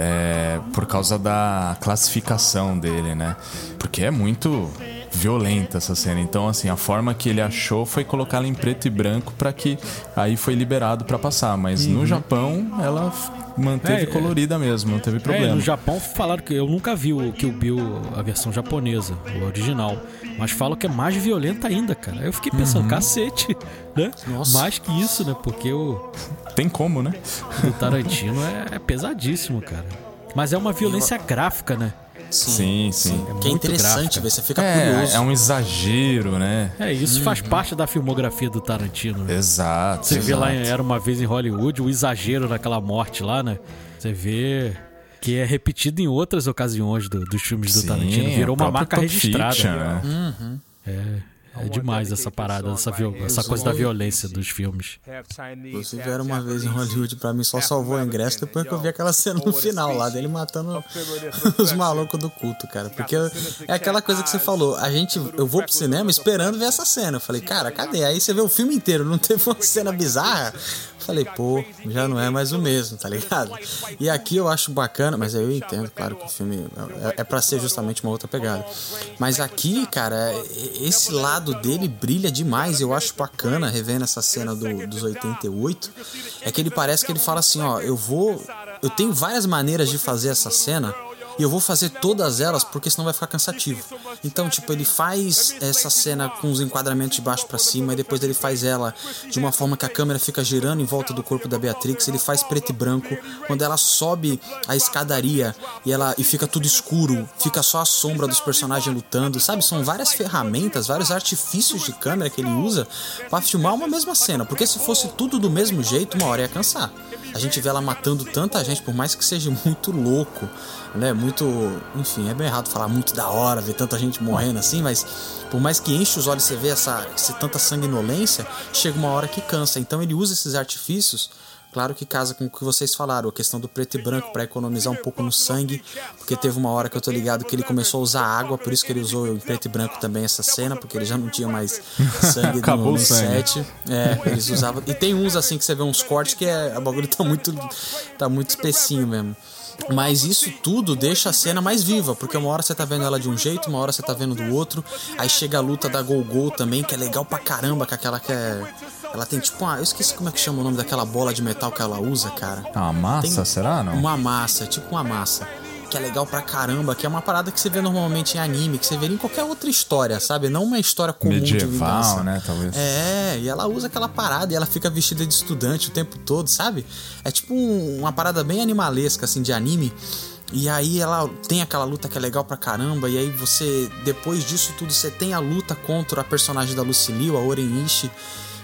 é, por causa da classificação dele, né? Porque é muito violenta essa cena. Então, assim, a forma que ele achou foi colocá-la em preto e branco pra que aí foi liberado pra passar. Mas uhum. no Japão, ela manteve é, colorida mesmo, não teve problema. É, no Japão falaram que eu nunca vi o Kill Bill, a versão japonesa, o original. Mas falam que é mais violenta ainda, cara. Aí eu fiquei pensando, uhum. cacete, né? Nossa. Mais que isso, né? Porque o... Tem como, né? O Tarantino é, é pesadíssimo, cara. Mas é uma violência eu... gráfica, né? Sim, sim. sim. É que é interessante ver, você fica é, curioso. É um exagero, né? É, isso uhum. faz parte da filmografia do Tarantino. Né? Exato. Você exato. vê lá, Era Uma Vez em Hollywood, o exagero daquela morte lá, né? Você vê que é repetido em outras ocasiões do, dos filmes do sim, Tarantino. Virou uma marca Top registrada. Fiction, né? Uhum. É. É demais essa parada, essa, viol... essa coisa da violência dos filmes. Inclusive, Era Uma Vez em Hollywood, pra mim, só salvou o ingresso depois que eu vi aquela cena no final lá, dele matando os malucos do culto, cara. Porque é aquela coisa que você falou, a gente, eu vou pro cinema esperando ver essa cena. Eu falei, cara, cadê? Aí você vê o filme inteiro, não teve uma cena bizarra? Eu falei, pô, já não é mais o mesmo, tá ligado? E aqui eu acho bacana, mas eu entendo, claro, que o filme é, é pra ser justamente uma outra pegada. Mas aqui, cara, esse lado dele brilha demais. Eu acho bacana, revendo essa cena do, dos oitenta e oito, é que ele parece que ele fala assim, ó, eu vou... Eu tenho várias maneiras de fazer essa cena e eu vou fazer todas elas porque senão vai ficar cansativo. Então, tipo, ele faz essa cena com os enquadramentos de baixo pra cima e depois ele faz ela de uma forma que a câmera fica girando em volta do corpo da Beatrix. Ele faz preto e branco. Quando ela sobe a escadaria e, ela, e fica tudo escuro, fica só a sombra dos personagens lutando, sabe? São várias ferramentas, vários artifícios de câmera que ele usa pra filmar uma mesma cena. Porque se fosse tudo do mesmo jeito, uma hora ia cansar. A gente vê ela matando tanta gente, por mais que seja muito louco, né? Muito, enfim, é bem errado falar muito da hora, ver tanta gente morrendo assim, mas por mais que enche os olhos, você vê essa, essa tanta sanguinolência, chega uma hora que cansa. Então ele usa esses artifícios, claro que casa com o que vocês falaram, a questão do preto e branco para economizar um pouco no sangue, porque teve uma hora que eu tô ligado que ele começou a usar água, por isso que ele usou em preto e branco também essa cena, porque ele já não tinha mais sangue Acabou no, no o sangue. set. É, eles usavam. E tem uns assim que você vê uns cortes que é, o bagulho tá muito, tá muito especinho mesmo. Mas isso tudo deixa a cena mais viva, porque uma hora você tá vendo ela de um jeito, uma hora você tá vendo do outro. Aí chega a luta da Gol-Gol também, que é legal pra caramba, com aquela que é... Ela tem tipo uma... Eu esqueci como é que chama o nome daquela bola de metal que ela usa, cara. Uma massa, tem será, não? Uma massa, tipo uma massa. Que é legal pra caramba, que é uma parada que você vê normalmente em anime, que você vê em qualquer outra história, sabe? Não uma história comum medieval, de vingança. né, talvez. É, e ela usa aquela parada e ela fica vestida de estudante o tempo todo, sabe? É tipo um, uma parada bem animalesca, assim, de anime. E aí ela tem aquela luta que é legal pra caramba. E aí você, depois disso tudo, você tem a luta contra a personagem da Lucy Liu, a Oren Ishii,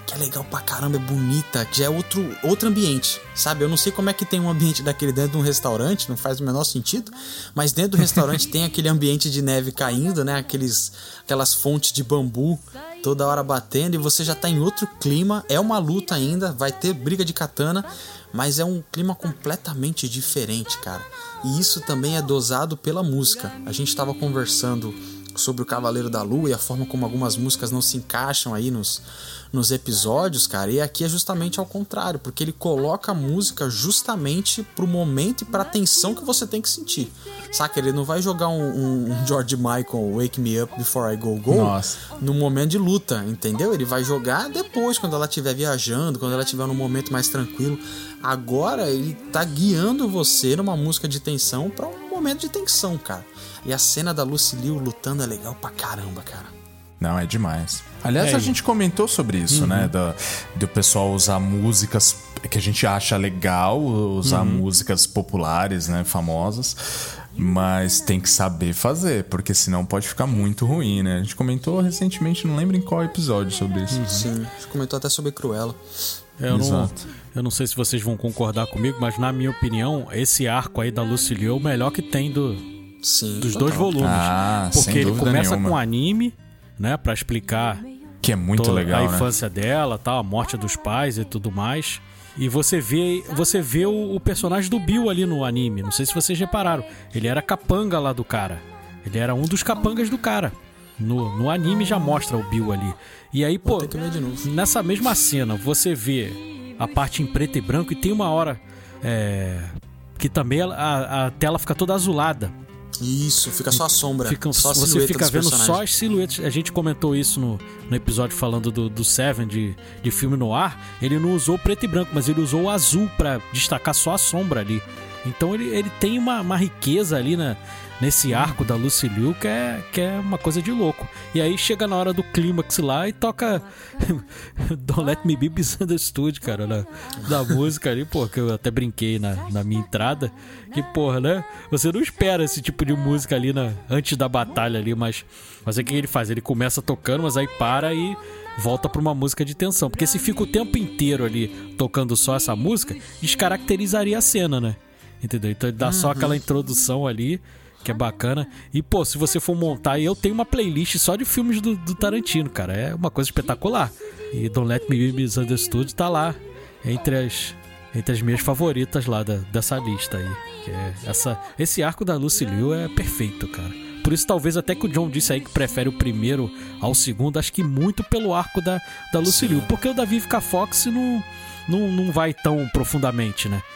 que é legal pra caramba, é bonita, que já é outro, outro ambiente, sabe? Eu não sei como é que tem um ambiente daquele dentro de um restaurante, não faz o menor sentido, mas dentro do restaurante tem aquele ambiente de neve caindo, né? Aqueles, aquelas fontes de bambu toda hora batendo e você já tá em outro clima. É uma luta ainda, vai ter briga de katana, mas é um clima completamente diferente, cara. E isso também é dosado pela música. A gente tava conversando sobre o Cavaleiro da Lua e a forma como algumas músicas não se encaixam aí nos, nos episódios, cara, e aqui é justamente ao contrário, porque ele coloca a música justamente pro momento e pra tensão que você tem que sentir, saca? Ele não vai jogar um, um, um George Michael Wake Me Up Before I Go Go Nossa. no momento de luta, entendeu? Ele vai jogar depois, quando ela estiver viajando, quando ela estiver num momento mais tranquilo. Agora ele tá guiando você numa música de tensão pra um momento de tensão, cara. E a cena da Lucy Liu lutando é legal pra caramba, cara. Não, é demais. Aliás, é a gente comentou sobre isso, uhum. né? Do, do pessoal usar músicas que a gente acha legal, usar uhum. músicas populares, né? Famosas. Mas tem que saber fazer, porque senão pode ficar muito ruim, né? A gente comentou recentemente, não lembro em qual episódio sobre isso. Uhum. Sim, a gente comentou até sobre Cruella. Eu não, eu não sei se vocês vão concordar comigo, mas na minha opinião, esse arco aí da Lucy Liu é o melhor que tem do, Sim, dos total. dois volumes. Ah, porque sem ele começa nenhuma. com anime, né, pra explicar que é muito legal, a infância né? dela, tal, a morte dos pais e tudo mais. E você vê, você vê o, o personagem do Bill ali no anime. Não sei se vocês repararam. Ele era capanga lá do cara. Ele era um dos capangas do cara. No, no anime já mostra o Bill ali. E aí, pô, nessa mesma cena, você vê a parte em preto e branco e tem uma hora é, que também a, a tela fica toda azulada. Isso, fica só a sombra. Fica, só a você fica vendo só as silhuetas. A gente comentou isso no, no episódio falando do, do Seven, de, de filme noir. Ele não usou preto e branco, mas ele usou o azul pra destacar só a sombra ali. Então ele, ele tem uma, uma riqueza ali na, nesse arco da Lucy Liu que é, que é uma coisa de louco. E aí chega na hora do clímax lá e toca Don't Let Me Be Misunderstood, cara, na, da música ali, pô, que eu até brinquei na, na minha entrada. Que porra, né? Você não espera esse tipo de música ali na, antes da batalha ali, mas, mas é o que ele faz? Ele começa tocando, mas aí para e volta pra uma música de tensão. Porque se fica o tempo inteiro ali tocando só essa música, descaracterizaria a cena, né? Entendeu? Então ele dá uhum. só aquela introdução ali, que é bacana. E, pô, se você for montar, eu tenho uma playlist só de filmes do, do Tarantino, cara. É uma coisa espetacular. E Don't Let Me Be Misunderstood tá lá entre as, entre as minhas favoritas lá da, dessa lista aí. Que é essa, esse arco da Lucy Liu é perfeito, cara. Por isso, talvez até que o John disse aí que prefere o primeiro ao segundo, acho que muito pelo arco da, da Lucy Liu. Porque o da Vivica Fox não, não, não vai tão profundamente, né?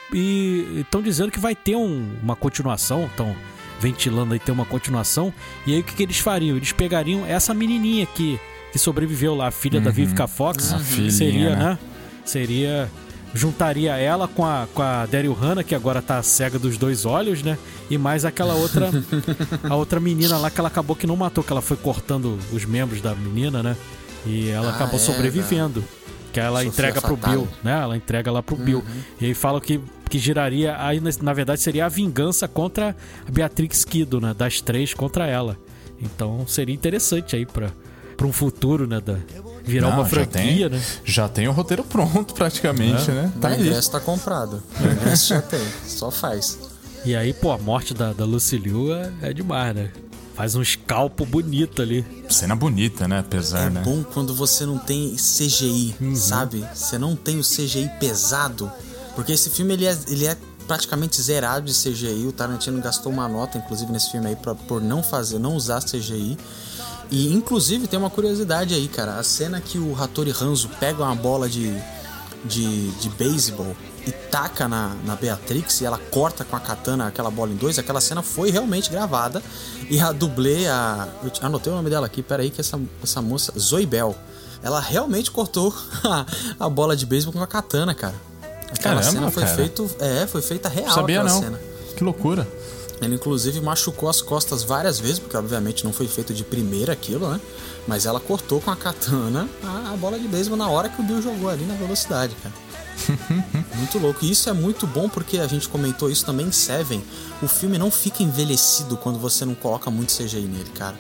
E estão dizendo que vai ter um, uma continuação, estão ventilando aí ter uma continuação. E aí o que, que eles fariam? Eles pegariam essa menininha que, que sobreviveu lá, a filha uhum. da Vivica Fox, a filhinha, seria, né? né? Seria, juntaria ela com a, com a Daryl Hannah, que agora tá cega dos dois olhos, né? E mais aquela outra, a outra menina lá que ela acabou que não matou, que ela foi cortando os membros da menina, né? E ela ah, acabou é, sobrevivendo. Cara. Que ela Sofia entrega pro Fatal. Bill, né? Ela entrega lá pro uhum. Bill. E aí falam que, que giraria... Aí, na verdade, seria a vingança contra a Beatrix Kiddo, né? Das três contra ela. Então, seria interessante aí pra, pra um futuro, né? Da, virar Não, uma franquia, já tem, né? Já tem o roteiro pronto, praticamente, é. né? Tá o ingresso tá comprado. O ingresso já tem. Só faz. E aí, pô, a morte da, da Lucy Liu é, é demais, né? Faz um escalpo bonito ali. Cena bonita, né? Apesar, é né? É bom quando você não tem C G I, uhum. sabe? Você não tem o C G I pesado. Porque esse filme, ele é, ele é praticamente zerado de C G I. O Tarantino gastou uma nota, inclusive, nesse filme aí, pra, por não fazer, não usar C G I. E, inclusive, tem uma curiosidade aí, cara. A cena que o Hattori Hanzo pega uma bola de, de, de beisebol e taca na, na Beatrix e ela corta com a katana aquela bola em dois, aquela cena foi realmente gravada e a dublê, a, eu anotei o nome dela aqui, peraí que essa, essa moça, Zoe Bell, ela realmente cortou a, a bola de beisebol com a katana, cara. Aquela Caramba, cena foi, cara. feito, é, foi feita real. Não sabia aquela não, cena. Que loucura. Ele inclusive machucou as costas várias vezes, porque obviamente não foi feito de primeira aquilo, né? Mas ela cortou com a katana a, a bola de beisebol na hora que o Bill jogou ali na velocidade, cara. Muito louco. E isso é muito bom porque a gente comentou isso também em Seven. O filme não fica envelhecido quando você não coloca muito C G I nele, cara.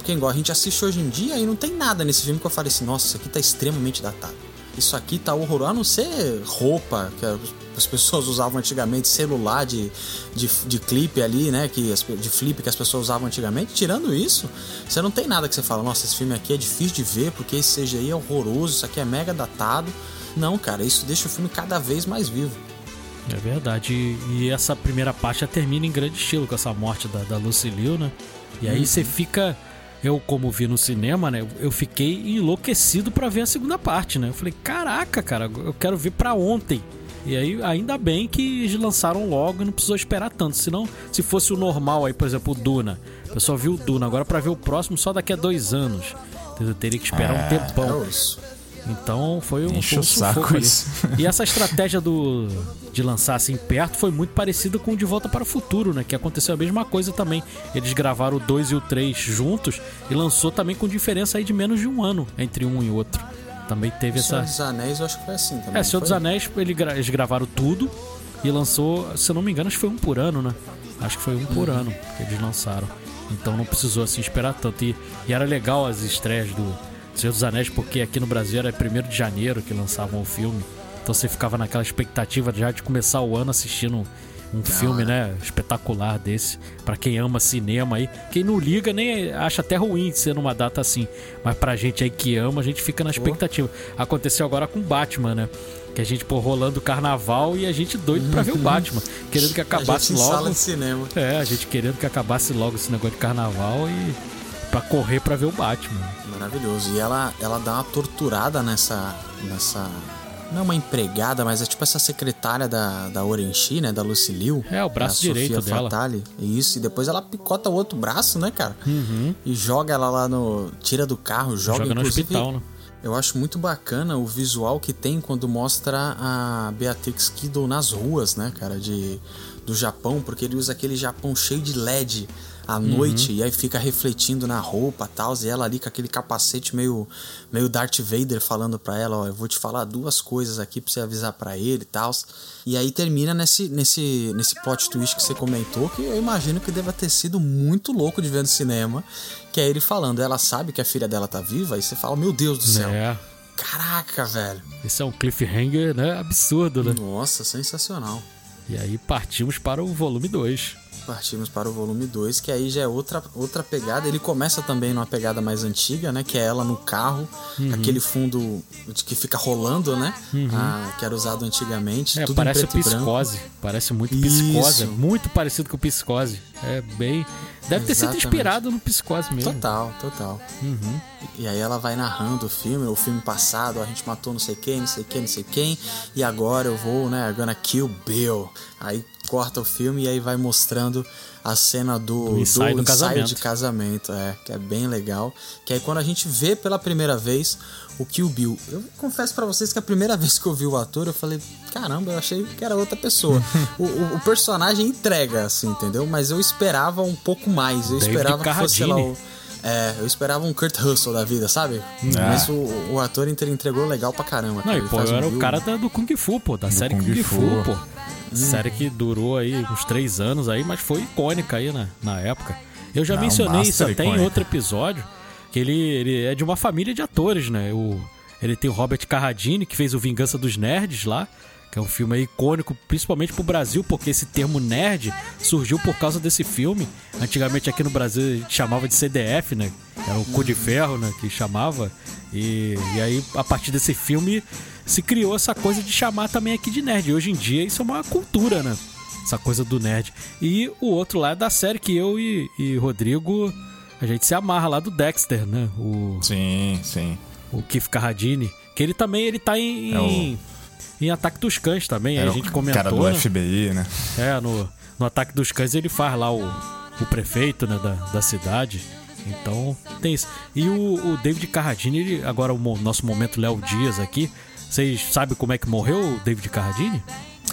Porque igual a gente assiste hoje em dia e não tem nada nesse filme que eu falei assim, nossa, isso aqui tá extremamente datado. Isso aqui tá horroroso, a não ser roupa que as pessoas usavam antigamente, celular de, de, de clipe ali, né, que as, de flip que as pessoas usavam antigamente. Tirando isso, você não tem nada que você fala, nossa, esse filme aqui é difícil de ver porque esse C G I é horroroso, isso aqui é mega datado. Não, cara, isso deixa o filme cada vez mais vivo. É verdade, e, e essa primeira parte já termina em grande estilo com essa morte da, da Lucy Liu, né? E aí você fica... Eu, como vi no cinema, né, eu fiquei enlouquecido pra ver a segunda parte, né? Eu falei, caraca, cara, eu quero ver pra ontem. E aí, ainda bem que eles lançaram logo e não precisou esperar tanto. Senão, se fosse o normal aí, por exemplo, o Duna. A pessoa viu o Duna, agora pra ver o próximo só daqui a dois anos. Entendeu? Teria que esperar é, um tempão. É isso. Então foi um, Enche foi um o saco isso. E essa estratégia do, de lançar assim perto foi muito parecida com o De Volta para o Futuro, né? Que aconteceu a mesma coisa também. Eles gravaram o dois e o três juntos e lançou também com diferença aí de menos de um ano entre um e outro. Também teve essa... Senhor dos Anéis eu acho que foi assim também. É, Senhor dos Anéis eles gravaram tudo e lançou, se eu não me engano, acho que foi um por ano, né? Acho que foi um por uhum. ano que eles lançaram. Então não precisou assim esperar tanto. E, e era legal as estreias do Senhor dos Anéis, porque aqui no Brasil era primeiro de janeiro que lançavam o filme. Então você ficava naquela expectativa já de começar o ano assistindo um, um filme, né, espetacular desse. Pra quem ama cinema aí. Quem não liga nem acha até ruim de ser numa data assim. Mas pra gente aí que ama, a gente fica na expectativa. Aconteceu agora com Batman, né? Que a gente, pô, rolando o carnaval e a gente doido pra ver o Batman. Querendo que acabasse a gente logo. Em sala de cinema. É, a gente querendo que acabasse logo esse negócio de carnaval e... pra correr pra ver o Batman. Maravilhoso. E ela, ela dá uma torturada nessa, nessa... Não é uma empregada, mas é tipo essa secretária da, da Orenchi, né? Da Lucy Liu. É, o braço direito Sofia dela. Fatale. Isso, e depois ela picota o outro braço, né, cara? Uhum. E joga ela lá no... Tira do carro, joga, joga no hospital, né? Eu acho muito bacana o visual que tem quando mostra a Beatrix Kiddo nas ruas, né, cara, de, do Japão, porque ele usa aquele Japão cheio de L E D à noite, uhum. E aí fica refletindo na roupa e tal, e ela ali com aquele capacete meio, meio Darth Vader falando pra ela, ó, eu vou te falar duas coisas aqui pra você avisar pra ele e tal. E aí termina nesse, nesse, nesse plot twist que você comentou, que eu imagino que deva ter sido muito louco de ver no cinema, que é ele falando, ela sabe que a filha dela tá viva, e você fala, meu Deus do céu. É. Caraca, velho. Esse é um cliffhanger, né? Absurdo, né? Nossa, sensacional. E aí partimos para o volume dois. Partimos para o volume dois, que aí já é outra, outra pegada. Ele começa também numa pegada mais antiga, né? Que é ela no carro, uhum. Aquele fundo que fica rolando, né? Uhum. Ah, que era usado antigamente. É, tudo parece em preto Psicose. E branco. Parece muito Psicose. É muito parecido com Psicose. É bem... Deve ter Exatamente. Sido inspirado no Psicose mesmo. Total, total. Uhum. E aí ela vai narrando o filme, o filme passado, a gente matou não sei quem, não sei quem, não sei quem, e agora eu vou, né, I'm gonna kill Bill. Aí corta o filme e aí vai mostrando a cena do, do ensaio, do do ensaio casamento. de casamento, é, que é bem legal. Que aí quando a gente vê pela primeira vez o Kill Bill, eu confesso pra vocês que a primeira vez que eu vi o ator, eu falei, caramba, eu achei que era outra pessoa. o, o, o personagem entrega, assim, entendeu? Mas eu esperava um pouco mais, eu David esperava Carradine. que fosse, sei lá, o... É, eu esperava um Kurt Russell da vida, sabe? É. Mas o, o ator entregou legal pra caramba. Não, cara. e pô, eu era o cara da, do Kung Fu, pô, da do série Kung, Kung Fu, Fu pô. Hum. Série que durou aí uns três anos aí, mas foi icônica aí na, na época. Eu já Não, mencionei isso até icônica. Em outro episódio, que ele, ele é de uma família de atores, né? O, ele tem o Robert Carradine, que fez o Vingança dos Nerds lá, que é um filme aí icônico, principalmente pro Brasil, porque esse termo nerd surgiu por causa desse filme. Antigamente aqui no Brasil a gente chamava de C D F, né? Era o Cu de Ferro, né? Que chamava. E, e aí, a partir desse filme, se criou essa coisa de chamar também aqui de nerd. E hoje em dia isso é uma cultura, né? Essa coisa do nerd. E o outro lá é da série que eu e, e Rodrigo, a gente se amarra lá do Dexter, né? O, sim, sim. O Keith Carradine. Que ele também, ele tá em... É o... Em Ataque dos Cães também, aí a gente comentou. Cara do né? F B I, né? É, no, no Ataque dos Cães ele faz lá o, o prefeito, né, da, da cidade. Então, tem isso. E o, o David Carradine, ele, agora o mo, nosso momento Léo Dias aqui. Vocês sabem como é que morreu o David Carradine?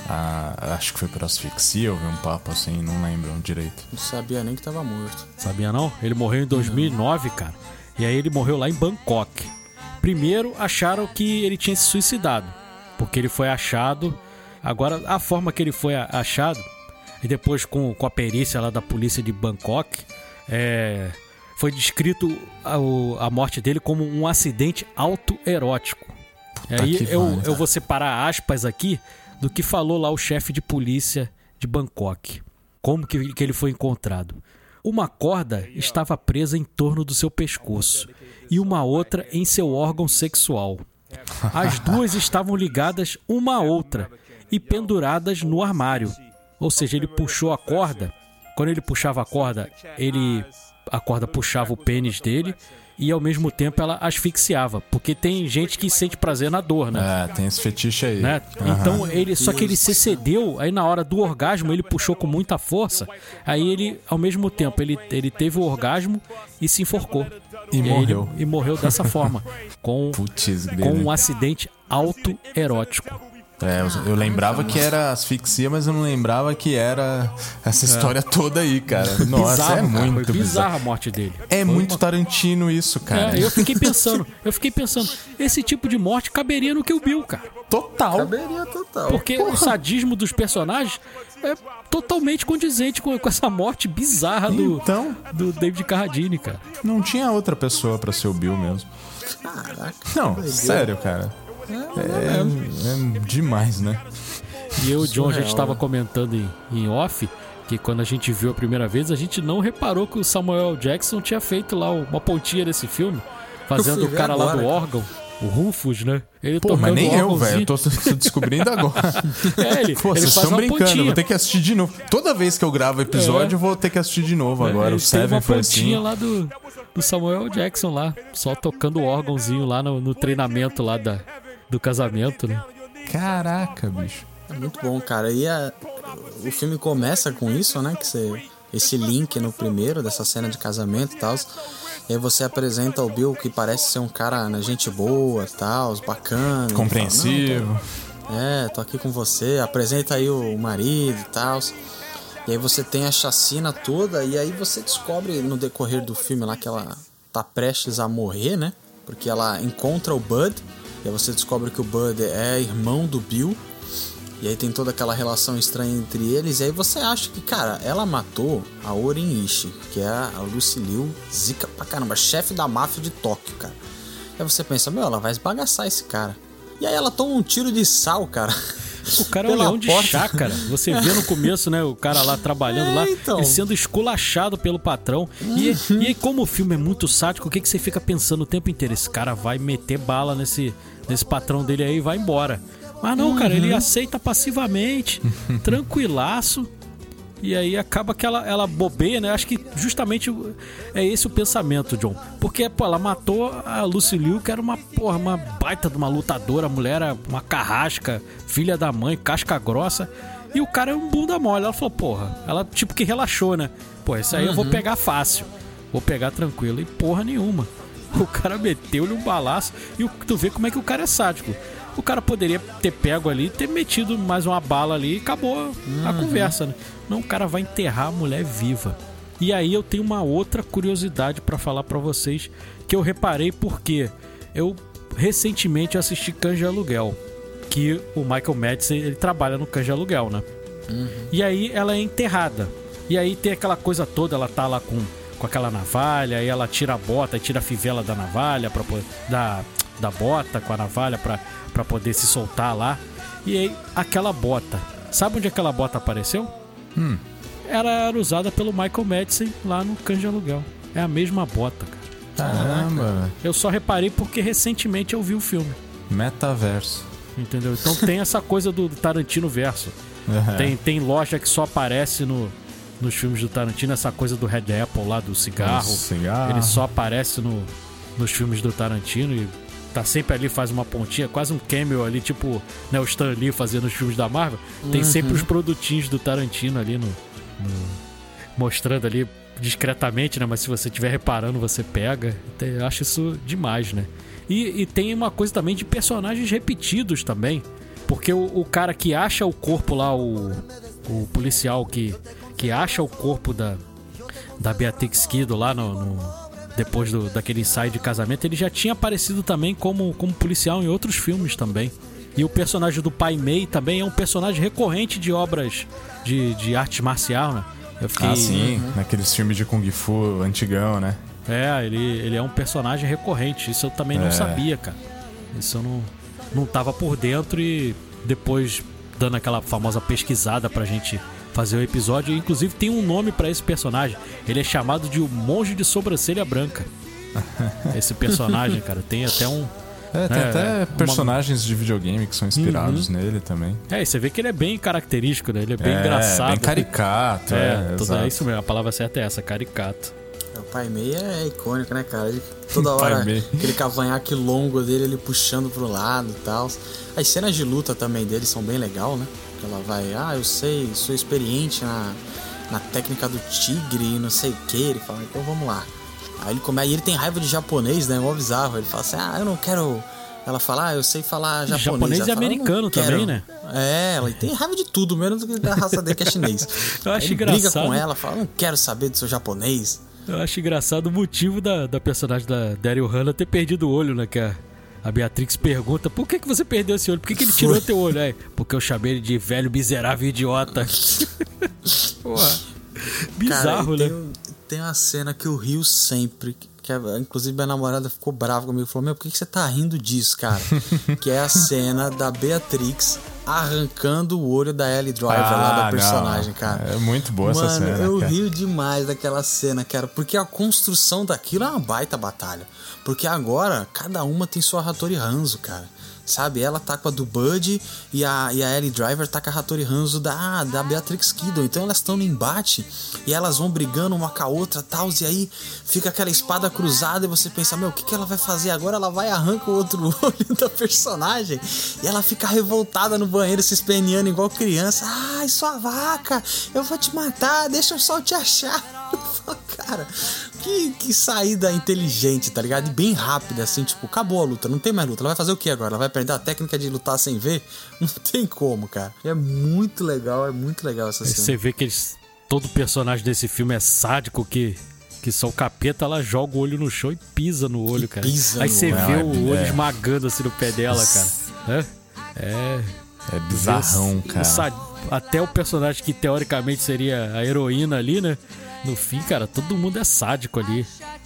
Ah, acho que foi por asfixia, eu vi um papo assim, não lembro direito. Não sabia nem que tava morto. Sabia não? Ele morreu em dois mil e nove, não. Cara. E aí ele morreu lá em Bangkok. Primeiro acharam que ele tinha se suicidado, porque ele foi achado. Agora, a forma que ele foi achado, e depois com, com a perícia lá da polícia de Bangkok, é, foi descrito a, a morte dele como um acidente autoerótico. Puta Aí que eu, vale, eu vou separar aspas aqui do que falou lá o chefe de polícia de Bangkok. Como que, que ele foi encontrado? Uma corda estava presa em torno do seu pescoço e uma outra em seu órgão sexual. As duas estavam ligadas uma à outra e penduradas no armário. Ou seja, ele puxou a corda. Quando ele puxava a corda, ele, a corda puxava o pênis dele e ao mesmo tempo ela asfixiava. Porque tem gente que sente prazer na dor, né? É, tem esse fetiche aí. Né? Uhum. Então, ele, só que ele se excedeu, aí na hora do orgasmo ele puxou com muita força. Aí ele, ao mesmo tempo, ele, ele teve o orgasmo e se enforcou. E, e morreu. Ele, e morreu dessa forma. Com, Putz, com um acidente autoerótico. É, eu, eu lembrava que era asfixia, mas eu não lembrava que era essa história é. toda aí, cara. Nossa, bizarro, é muito cara, foi bizarra bizarro. a morte dele. É foi muito uma... Tarantino isso, cara. É, eu fiquei pensando, eu fiquei pensando, esse tipo de morte caberia no Kill Bill, cara. Total. Caberia total. Porque Porra. o sadismo dos personagens é totalmente condizente com, com essa morte bizarra do, então, do David Carradine, cara. Não tinha outra pessoa pra ser o Bill mesmo. Caraca. Não, sério, cara. É, é, é demais, né? E eu e o John, a gente Surreal, estava né? comentando em, em off que quando a gente viu a primeira vez, a gente não reparou que o Samuel Jackson tinha feito lá uma pontinha desse filme, fazendo o cara agora, lá do cara. órgão, o Rufus, né? Ele Pô, mas nem eu, velho. Eu tô, órgãozinho. tô descobrindo agora. É, ele, Pô, ele vocês faz estão uma brincando, pontinha. vou ter que assistir de novo. Toda vez que eu gravo episódio, É. eu vou ter que assistir de novo agora. Ele O tem Seven uma foi pontinha assim. lá do, do Samuel Jackson lá, só tocando o órgãozinho lá no, no treinamento lá da, do casamento, né? Caraca, bicho. É muito bom, cara. E a, o filme começa com isso, né? Que você, esse link no primeiro, dessa cena de casamento e tal. E aí você apresenta o Bill, que parece ser um cara, né, gente boa, tal, bacana. Compreensivo. Fala, tô, é, tô aqui com você. Apresenta aí o marido e tal. E aí você tem a chacina toda. E aí você descobre no decorrer do filme lá que ela tá prestes a morrer, né? Porque ela encontra o Bud. E aí você descobre que o Bud é irmão do Bill. E aí tem toda aquela relação estranha entre eles. E aí você acha que, cara, ela matou a Orin Ishii, que é a Lucy Liu, zica pra caramba, chefe da máfia de Tóquio, cara. E aí você pensa, meu, ela vai esbagaçar esse cara. E aí ela toma um tiro de sal, cara. O cara é um Pela leão de porta. chácara. Você vê no começo, né, o cara lá trabalhando É, lá então. e sendo esculachado pelo patrão. E, e aí, como o filme é muito sádico, o que, que você fica pensando o tempo inteiro? Esse cara vai meter bala nesse, nesse patrão dele aí e vai embora. Mas não, cara, ele aceita passivamente, tranquilaço. E aí acaba que ela, ela bobeia, né? Acho que justamente é esse o pensamento, John. Porque, pô, ela matou a Lucy Liu, que era uma, porra, uma baita de uma lutadora. A mulher era uma carrasca, filha da mãe, casca grossa. E o cara é um bunda mole. Ela falou, porra, ela tipo que relaxou, né? Pô, isso aí eu vou pegar fácil. Vou pegar tranquilo. E porra nenhuma. O cara meteu-lhe um balaço. E o- tu vê como é que o cara é sádico. O cara poderia ter pego ali, ter metido mais uma bala ali e acabou a conversa, né? Não, o cara vai enterrar a mulher viva. E aí eu tenho uma outra curiosidade pra falar pra vocês que eu reparei porque eu recentemente assisti Cães de Aluguel, que o Michael Madsen, ele trabalha no Cães de Aluguel, né? E aí ela é enterrada. E aí tem aquela coisa toda, ela tá lá com, com aquela navalha, aí ela tira a bota, aí tira a fivela da navalha, pra, po- da, da bota com a navalha pra, pra poder se soltar lá. E aí aquela bota, sabe onde aquela bota apareceu? Hum. Ela era usada pelo Michael Madsen lá no Cães de Aluguel. É a mesma bota, cara. Caramba, velho. Eu só reparei porque recentemente eu vi o filme, Metaverso. entendeu? Então tem essa coisa do, do Tarantino verso. Uhum. Tem, tem loja que só aparece no, nos filmes do Tarantino, essa coisa do Red Apple lá, do cigarro. O cigarro. Ele só aparece no, nos filmes do Tarantino e tá sempre ali, faz uma pontinha, quase um cameo ali, tipo, né, o Stan Lee fazendo os filmes da Marvel. Tem sempre os produtinhos do Tarantino ali no, no- mostrando ali discretamente, né? Mas se você estiver reparando, você pega. Então, eu acho isso demais, né? E, e tem uma coisa também de personagens repetidos também. Porque o, o cara que acha o corpo lá, o, o policial que, que acha o corpo da, da Beatrix Kiddo lá no, no- depois do, daquele ensaio de casamento, ele já tinha aparecido também como, como policial em outros filmes também. E o personagem do Pai Mei também é um personagem recorrente de obras de, de arte marcial, né? Eu fiquei... Ah, sim. Naqueles filmes de Kung Fu antigão, né? É, ele, ele é um personagem recorrente. Isso eu também não É. sabia, cara. Isso eu não, não tava por dentro e depois dando aquela famosa pesquisada pra gente fazer o episódio. Inclusive tem um nome pra esse personagem. Ele é chamado de o Monge de Sobrancelha Branca. Esse personagem, cara, tem até um... É, tem É, até uma- personagens de videogame que são inspirados nele também. É, e você vê que ele é bem característico, né? Ele é bem É, engraçado. bem caricato, É, é, toda, exato. é isso mesmo, a palavra certa é essa, caricato. O Pai Mei é icônico, né, cara? Ele, toda Pai hora, Mei. aquele cavanhaque longo dele, ele puxando pro lado e tal. As cenas de luta também dele são bem legal, né? Que ela vai, ah, eu sei, sou experiente na, na técnica do tigre e não sei o que. Ele fala, então vamos lá. Aí ele come... aí ele tem raiva de japonês, né? Mó bizarro. Ele fala assim, ah, eu não quero... Ela fala, ah, eu sei falar japonês. Japonês Ela e fala, "Eu não americano quero." também, né? É, ela tem raiva de tudo, menos do que da raça dele que é chinês. Eu acho Aí ele briga engraçado. com ela, fala, não quero saber do seu japonês. Eu acho engraçado o motivo da, da personagem da Daryl Hannah ter perdido o olho, né? Que a, a Beatrix pergunta, por que, que você perdeu esse olho? Por que, que ele tirou Foi. teu olho? Aí, porque eu chamei ele de velho miserável idiota. Porra. Bizarro, Cara, e né? tem, tem uma cena que eu rio sempre. Que, é- inclusive minha namorada ficou brava comigo. Falou, meu, por que, que você tá rindo disso, cara? Que é a cena da Beatrix arrancando o olho da Ellie Driver lá da Ah, personagem, não. cara. É muito boa Mano, essa cena. eu cara. rio demais daquela cena, cara. Porque a construção daquilo é uma baita batalha. Porque agora, cada uma tem sua Hattori Hanzo, cara. Sabe, ela tá com a do Bud e a, e a Ellie Driver tá com a Hattori Hanzo da, da Beatrix Kiddo. Então elas estão no embate e elas vão brigando uma com a outra tal. E aí fica aquela espada cruzada e você pensa, meu, o que, que ela vai fazer agora? Ela vai e arranca o outro olho da personagem e ela fica revoltada no banheiro se esperneando igual criança. Ai, sua vaca, eu vou te matar, deixa eu só te achar. Cara, que, que saída inteligente, tá ligado? E bem rápida, assim, tipo, acabou a luta, não tem mais luta. Ela vai fazer o que agora? Ela vai aprender a técnica de lutar sem ver? Não tem como, cara. É muito legal, é muito legal essa Aí cena. você vê que eles, todo personagem desse filme é sádico, que, que só o capeta, ela joga o olho no chão e pisa no olho, cara. pisa Aí no você olho. vê É, o olho é. esmagando assim no pé dela, cara. É, é É bizarrão, o cara. sa- até o personagem que teoricamente seria a heroína ali, né? No fim, cara, todo mundo é sádico ali.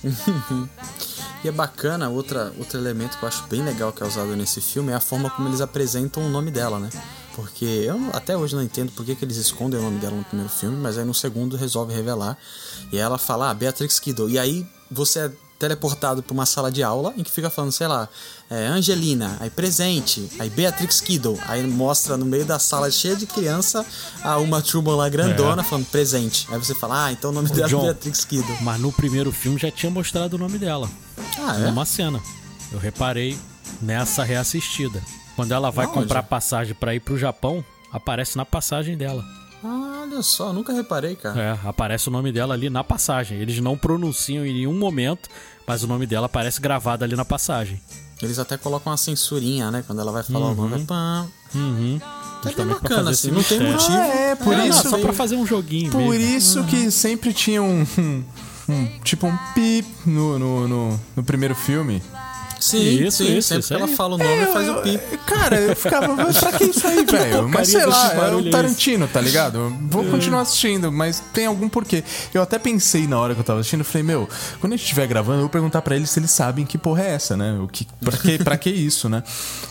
E é bacana, outra, outro elemento que eu acho bem legal que é usado nesse filme é a forma como eles apresentam o nome dela, né? Porque eu até hoje não entendo por que, que eles escondem o nome dela no primeiro filme, mas aí no segundo resolve revelar. E ela fala, ah, Beatrix Kiddo. E aí você é teleportado para uma sala de aula em que fica falando, sei lá, é, Angelina, aí presente, aí Beatrix Kiddo. Aí mostra no meio da sala cheia de criança a Uma Truman lá grandona É. falando presente. Aí você fala, ah, então o nome Ô, dela John, é Beatrix Kiddo. Mas no primeiro filme já tinha mostrado o nome dela. Ah, é? Numa cena. Eu reparei nessa reassistida. Quando ela vai Aonde? comprar passagem pra ir pro Japão, aparece na passagem dela. Ah, olha só, nunca reparei, cara. É, aparece o nome dela ali na passagem. Eles não pronunciam em nenhum momento, mas o nome dela aparece gravado ali na passagem. Eles até colocam uma censurinha, né? Quando ela vai falar o nome, vai pam. Uhum. É bem Justamente pra bacana, fazer assim, esse não tem mistério. motivo. Ah, é, por É, isso. não, só pra fazer um joguinho Por mesmo. isso que sempre tinha um, um- um- tipo um pip no, no, no, no primeiro filme. Sim, Isso, sim, isso, sempre isso que ela aí. fala o nome, É, faz eu- o pi. Cara, eu ficava, mas pra que isso aí, velho? Mas sei porcaria lá, desse é barulho é o esse? Tarantino, tá ligado? Eu Vou continuar assistindo, mas tem algum porquê. Eu até pensei na hora que eu tava assistindo, eu falei, meu, quando a gente estiver gravando, eu vou perguntar pra eles se eles sabem que porra é essa, né? O que, pra, que, pra que isso, né?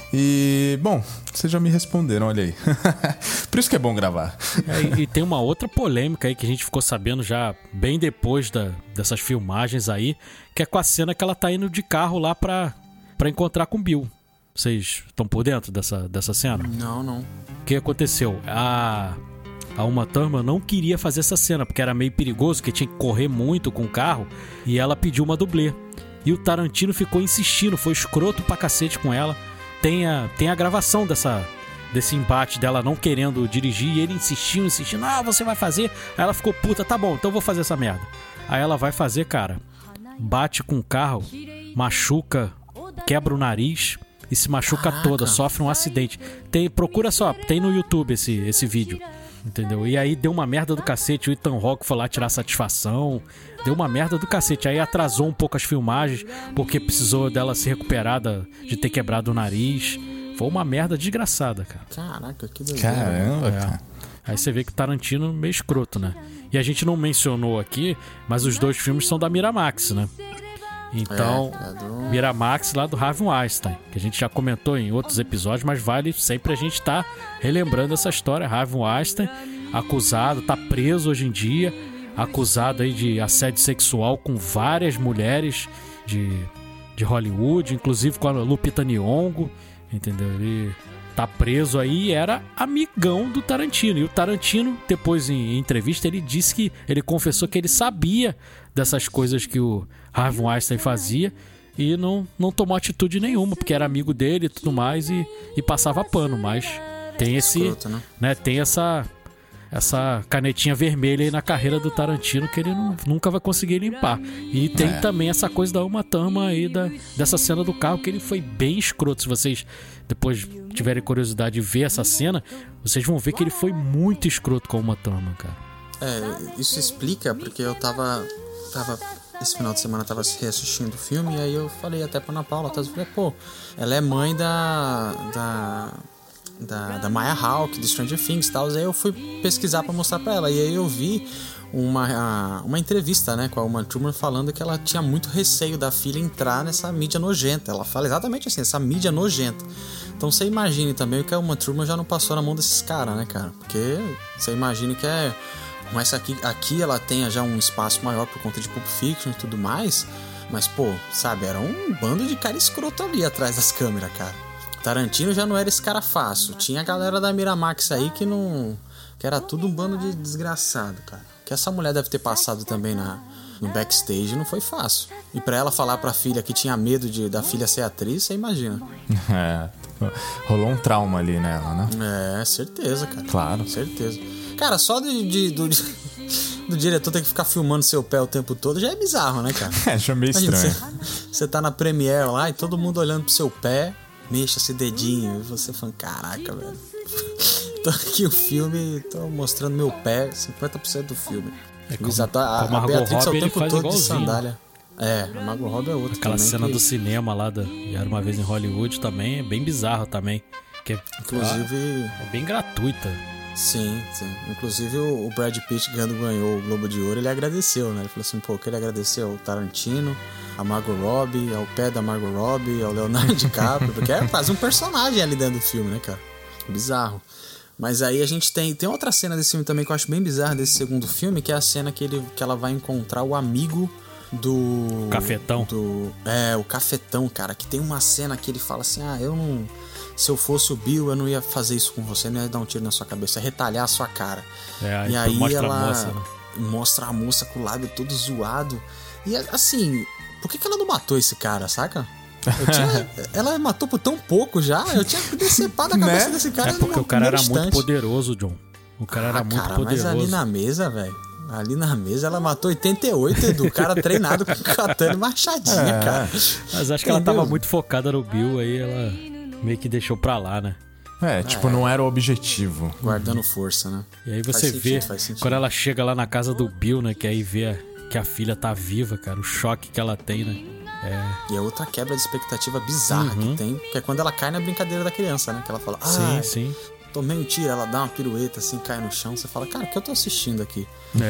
E, bom, vocês já me responderam, olha aí. Por isso que é bom gravar. É, e, e tem uma outra polêmica aí que a gente ficou sabendo já bem depois da, dessas filmagens aí, que é com a cena que ela tá indo de carro lá pra, pra encontrar com o Bill. Vocês estão por dentro dessa, dessa cena? Não, não. O que aconteceu? A, a Uma Thurman não queria fazer essa cena, porque era meio perigoso, porque tinha que correr muito com o carro, e ela pediu uma dublê. E o Tarantino ficou insistindo, foi escroto pra cacete com ela. Tem a, tem a gravação dessa, desse embate dela não querendo dirigir, e ele insistiu, insistindo, ah, você vai fazer? Aí ela ficou puta, tá bom, então eu vou fazer essa merda. Aí ela vai fazer, cara, bate com o carro, machuca, quebra o nariz e se machuca Caraca. toda, sofre um acidente. Tem, procura só, tem no YouTube esse, esse vídeo, entendeu? E aí deu uma merda do cacete, o Ethan Hawke foi lá tirar satisfação, deu uma merda do cacete. Aí atrasou um pouco as filmagens, porque precisou dela se recuperar da- de ter quebrado o nariz. Foi uma merda desgraçada, cara. Caraca, que doideira. Caramba, É. cara. Aí você vê que o Tarantino é meio escroto, né? E a gente não mencionou aqui, mas os dois filmes são da Miramax, né? Então, É, é do- Miramax lá do Harvey Weinstein, que a gente já comentou em outros episódios, mas vale sempre a gente estar relembrando essa história. Harvey Weinstein, acusado, tá preso hoje em dia, acusado aí de assédio sexual com várias mulheres de, de Hollywood, inclusive com a Lupita Nyong'o, entendeu? Ele tá preso aí e era amigão do Tarantino. E o Tarantino, depois em, em entrevista, ele disse que ele confessou que ele sabia dessas coisas que o Harvey Weinstein fazia e não, não tomou atitude nenhuma, porque era amigo dele e tudo mais, e, e passava pano. Mas tem esse, Escroto, né? né, tem essa, essa canetinha vermelha aí na carreira do Tarantino que ele não, nunca vai conseguir limpar. E tem É. também essa coisa da Uma Thurman aí, da, dessa cena do carro, que ele foi bem escroto. Se vocês depois tiverem curiosidade de ver essa cena, vocês vão ver que ele foi muito escroto com a Uma Thurman, cara. É, isso explica porque eu tava, tava esse final de semana eu tava reassistindo o filme e aí eu falei até pra Ana Paula, tá? Eu falei, pô, ela é mãe da da da, da Maya Hawke, de Stranger Things e tal. Aí eu fui pesquisar pra mostrar pra ela e aí eu vi uma, uma entrevista, né, com a Uma Thurman falando que ela tinha muito receio da filha entrar nessa mídia nojenta. Ela fala exatamente assim, essa mídia nojenta. Então você imagine também o que a Uma Thurman já não passou na mão desses caras, né, cara? Porque você imagina que é... Mas aqui, aqui ela tenha já um espaço maior por conta de Pulp Fiction e tudo mais. Mas, pô, sabe, era um bando de cara escroto ali atrás das câmeras, cara. Tarantino já não era esse cara fácil. Tinha a galera da Miramax aí que não... Que era tudo um bando de desgraçado, cara. O que essa mulher deve ter passado também na, no backstage não foi fácil. E pra ela falar pra filha que tinha medo de, da filha ser atriz, você imagina. É, rolou um trauma ali nela, né? É, certeza, cara. Claro. Certeza. Cara, só de, de, do, do diretor ter que ficar filmando seu pé o tempo todo já é bizarro, né, cara? É, já meio Imagina, estranho. Você, você tá na Premiere lá e todo mundo olhando pro seu pé, mexa esse dedinho, e você falando, caraca, velho. Tô aqui o filme, tô mostrando meu pé, cinquenta por cento do filme. É como- Exato, a, como a a Beatrix é Margot o Robbie, ele tempo faz todo de igualzinho. sandália. É, a Margot Robbie é outra Aquela também cena que, do cinema lá, da, e Era Uma Vez em Hollywood também, é bem bizarro também. Que é, inclusive... é bem gratuita. Sim, sim. Inclusive o Brad Pitt, quando ganhou o Globo de Ouro, ele agradeceu, né? Ele falou assim, pô, que ele agradeceu ao Tarantino, a Margot Robbie, ao pé da Margot Robbie, ao Leonardo DiCaprio, porque é quase um personagem ali dentro do filme, né, cara? Bizarro. Mas aí a gente tem... Tem outra cena desse filme também que eu acho bem bizarra desse segundo filme, que é a cena que, ele, que ela vai encontrar o amigo do... Cafetão. Do, é, o Cafetão, cara, que tem uma cena que ele fala assim, ah, eu não... Se eu fosse o Bill, eu não ia fazer isso com você, não ia dar um tiro na sua cabeça, ia retalhar a sua cara. É, e aí mostra ela a moça, né? mostra a moça com o lábio todo zoado. E assim, por que, que ela não matou esse cara, saca? Eu tinha, ela matou por tão pouco já, eu tinha que decepar da cabeça Né? desse cara. É porque no o cara era primeiro muito instante. poderoso, John. O cara era Ah, muito cara, poderoso. mas ali na mesa, velho, ali na mesa ela matou oitenta e oito, Edu, o cara treinado com katana e machadinha, É. cara. Mas acho que ela Entendeu? tava muito focada no Bill, aí ela meio que deixou pra lá, né? É, tipo, não era o objetivo. Guardando força, né? E aí Faz você sentido, vê, faz sentido. quando ela chega lá na casa do Bill, né? Que aí vê a- que a filha tá viva, cara. O choque que ela tem, né? E é outra quebra de expectativa bizarra Uhum. que tem, que é quando ela cai na brincadeira da criança, né? Que ela fala, ah, Sim, sim. tomei um tiro, ela dá uma pirueta assim, cai no chão, você fala, cara, o que eu tô assistindo aqui?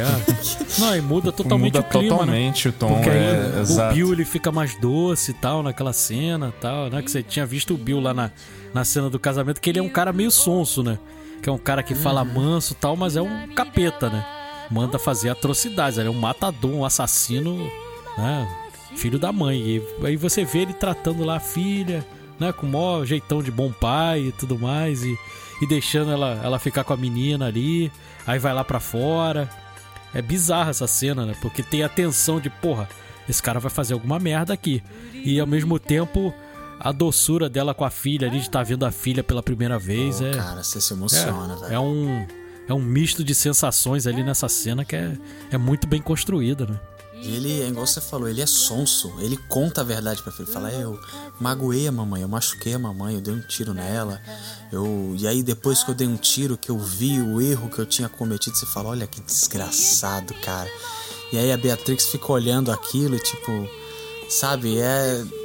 É. Não, e muda totalmente Muda o clima, totalmente né? o tom, Porque aí é, o exato. Bill, ele fica mais doce e tal, naquela cena e tal, né? Que você tinha visto o Bill lá na, na cena do casamento, que ele é um cara meio sonso, né? Que é um cara que fala manso e tal, mas é um capeta, né? Manda fazer atrocidades, ele é um matador, um assassino, né? Filho da mãe. E aí você vê ele tratando lá a filha, né? Com o maior jeitão de bom pai e tudo mais, e, e deixando ela, ela ficar com a menina ali, aí vai lá pra fora. É bizarra essa cena, né? Porque tem a tensão de, porra, esse cara vai fazer alguma merda aqui. E ao mesmo tempo, a doçura dela com a filha ali, de estar vendo a filha pela primeira vez. Pô, é, cara, você se emociona, é, velho. é um é um misto de sensações ali nessa cena que é, é muito bem construída, né? E ele, é igual você falou, ele é sonso. Ele conta a verdade pra filha. Fala, é, eu magoei a mamãe, eu machuquei a mamãe, eu dei um tiro nela. Eu... E aí depois que eu dei um tiro, que eu vi o erro que eu tinha cometido, você fala, olha que desgraçado, cara. E aí a Beatrix fica olhando aquilo e tipo, sabe, é...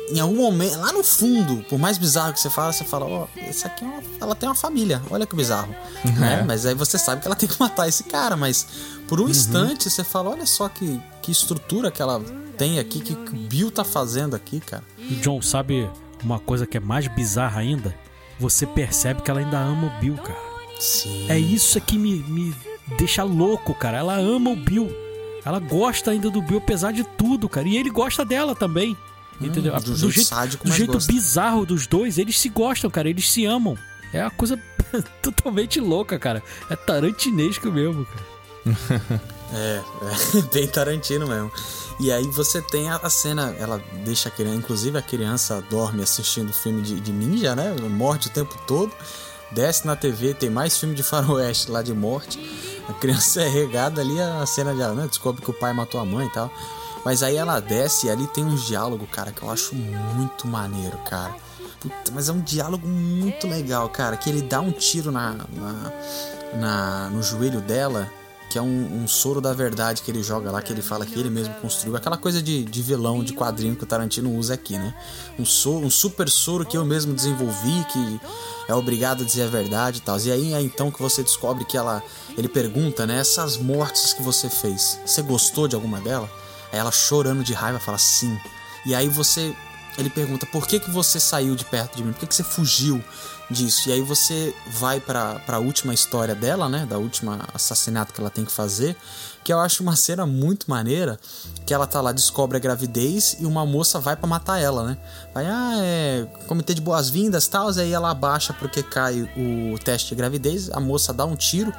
em algum momento, lá no fundo, por mais bizarro que você fala, você fala, ó, oh, esse aqui é uma, ela tem uma família, olha que bizarro. Uhum. Né? Mas aí você sabe que ela tem que matar esse cara, mas por um uhum. instante você fala, olha só que, que estrutura que ela tem aqui, que, que o Bill tá fazendo aqui, cara. E John, sabe uma coisa que é mais bizarra ainda? Você percebe que ela ainda ama o Bill, cara. Sim. É isso que me, me deixa louco, cara. Ela ama o Bill. Ela gosta ainda do Bill, apesar de tudo, cara. E ele gosta dela também. Entendeu? Hum, do, do jeito, jeito, sádico, do jeito gosta. bizarro dos dois, eles se gostam, cara. Eles se amam. É uma coisa totalmente louca, cara. É tarantinesco mesmo, cara. É, é bem Tarantino mesmo. E aí você tem a, a cena, ela deixa a criança, inclusive a criança dorme assistindo filme de, de ninja, né? Morte o tempo todo. Desce na T V, tem mais filme de faroeste lá de morte. A criança é regada ali, a cena de, né? Descobre que o pai matou a mãe e tal. Mas aí ela desce e ali tem um diálogo, cara, que eu acho muito maneiro, cara. Puta, mas é um diálogo muito legal, cara. Que ele dá um tiro na, na, na, no joelho dela, que é um, um soro da verdade que ele joga lá, que ele fala que ele mesmo construiu. Aquela coisa de, de vilão, de quadrinho que o Tarantino usa aqui, né? Um, soro, um super soro que eu mesmo desenvolvi, que é obrigado a dizer a verdade e tal. E aí é então que você descobre que ela... Ele pergunta, né? Essas mortes que você fez, você gostou de alguma delas? Aí ela, chorando de raiva, fala sim. E aí você... Ele pergunta, por que que você saiu de perto de mim? Por que que você fugiu disso? E aí você vai pra, pra última história dela, né? Da última assassinato que ela tem que fazer. Que eu acho uma cena muito maneira. Que ela tá lá, descobre a gravidez e uma moça vai pra matar ela, né? Vai, ah, é... comitê de boas-vindas e tal. Aí ela abaixa porque cai o teste de gravidez. A moça dá um tiro.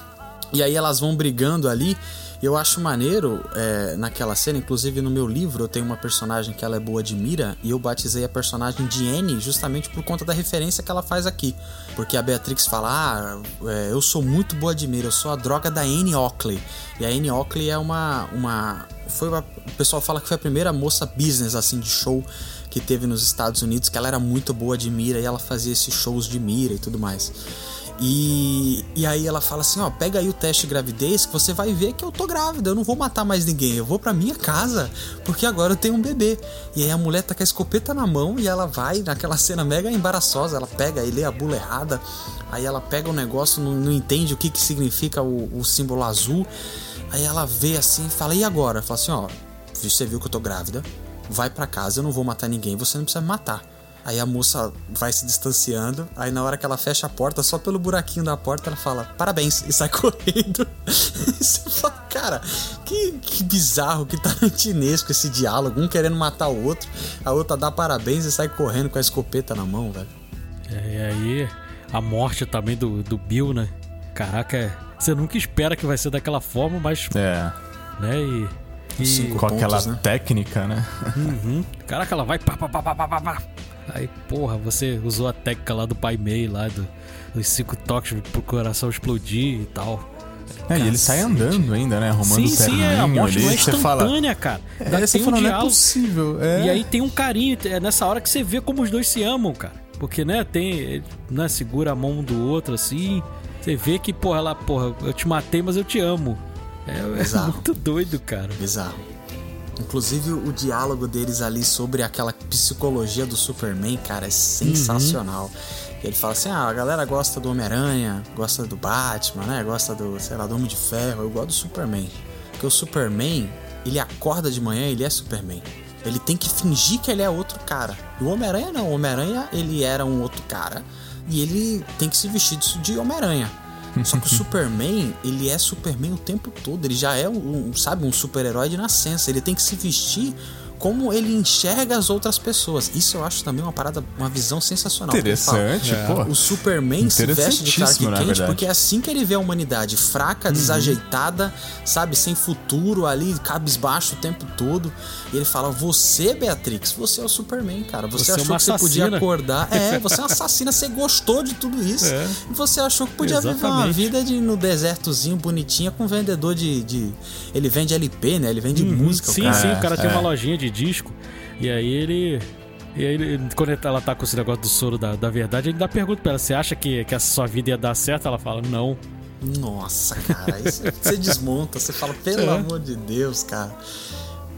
E aí elas vão brigando ali. Eu acho maneiro, é, naquela cena, inclusive no meu livro eu tenho uma personagem que ela é boa de mira, e eu batizei a personagem de Annie justamente por conta da referência que ela faz aqui. Porque a Beatrix fala, ah, é, eu sou muito boa de mira, eu sou a droga da Annie Oakley. E a Annie Oakley é uma... uma foi uma, o pessoal fala que foi a primeira moça business, assim, de show que teve nos Estados Unidos, que ela era muito boa de mira e ela fazia esses shows de mira e tudo mais. E, e aí ela fala assim, ó, pega aí o teste de gravidez que você vai ver que eu tô grávida, eu não vou matar mais ninguém, eu vou pra minha casa, porque agora eu tenho um bebê. E aí a mulher tá com a escopeta na mão e ela vai naquela cena mega embaraçosa, ela pega e lê a bula errada, aí ela pega o negócio, não, não entende o que que significa o, o símbolo azul, aí ela vê assim e fala, e agora? Fala assim, ó, você viu que eu tô grávida, vai pra casa, eu não vou matar ninguém, você não precisa me matar. Aí a moça vai se distanciando. Aí na hora que ela fecha a porta, só pelo buraquinho da porta, ela fala, parabéns, e sai correndo. E você fala, cara, que, que bizarro, que tarantinesco esse diálogo. Um querendo matar o outro, a outra dá parabéns e sai correndo com a escopeta na mão, velho. É, e aí a morte também do, do Bill, né? Caraca, é, você nunca espera que vai ser daquela forma, mas... É. Né, e... e com pontos, aquela né? técnica, né? Uhum. Caraca, ela vai pá, pá, pá, pá, pá, pá. Aí, porra, você usou a técnica lá do Pai Mei, lá do, dos cinco toques pro coração explodir e tal. É, e ele sai andando ainda, né? Arrumando sim, o terninho. Sim, é, a morte ali, não é instantânea, fala, cara. É, você fala, um não é possível. É. E aí tem um carinho, é nessa hora que você vê como os dois se amam, cara. Porque, né, tem, né, segura a mão um do outro, assim, você vê que, porra, ela, porra, eu te matei, mas eu te amo. É, é muito doido, cara. Bizarro. Inclusive o diálogo deles ali sobre aquela psicologia do Superman, cara, é sensacional. Uhum. Ele fala assim, ah, a galera gosta do Homem-Aranha, gosta do Batman, né? Gosta do, sei lá, do Homem de Ferro, eu gosto do Superman. Porque o Superman, ele acorda de manhã, ele é Superman. Ele tem que fingir que ele é outro cara. E o Homem-Aranha não, o Homem-Aranha, ele era um outro cara e ele tem que se vestir de Homem-Aranha. Só que o Superman, ele é Superman o tempo todo. Ele já é, um, sabe, um super-herói de nascença. Ele tem que se vestir como ele enxerga as outras pessoas. Isso eu acho também uma parada, uma visão sensacional. Interessante, fala, pô. O Superman se veste de Clark Kent porque é assim que ele vê a humanidade. Fraca, uhum. desajeitada, sabe, sem futuro ali, cabisbaixo o tempo todo. E ele fala, você, Beatrix, você é o Superman, cara. Você, você achou é que você podia acordar. É, você é uma assassina, você gostou de tudo isso. É. E você achou que podia Exatamente. viver uma vida de, no desertozinho, bonitinha, com vendedor de... de... Ele vende L P, né? Ele vende uhum. música. Sim, cara. sim, o cara é. tem uma lojinha de disco, e aí ele, e aí ele quando ela tá com esse negócio do soro da, da verdade, ele dá pergunta pra ela, você acha que, que a sua vida ia dar certo? Ela fala, não. Nossa, cara, aí você desmonta, você fala, pelo é. amor de Deus, cara.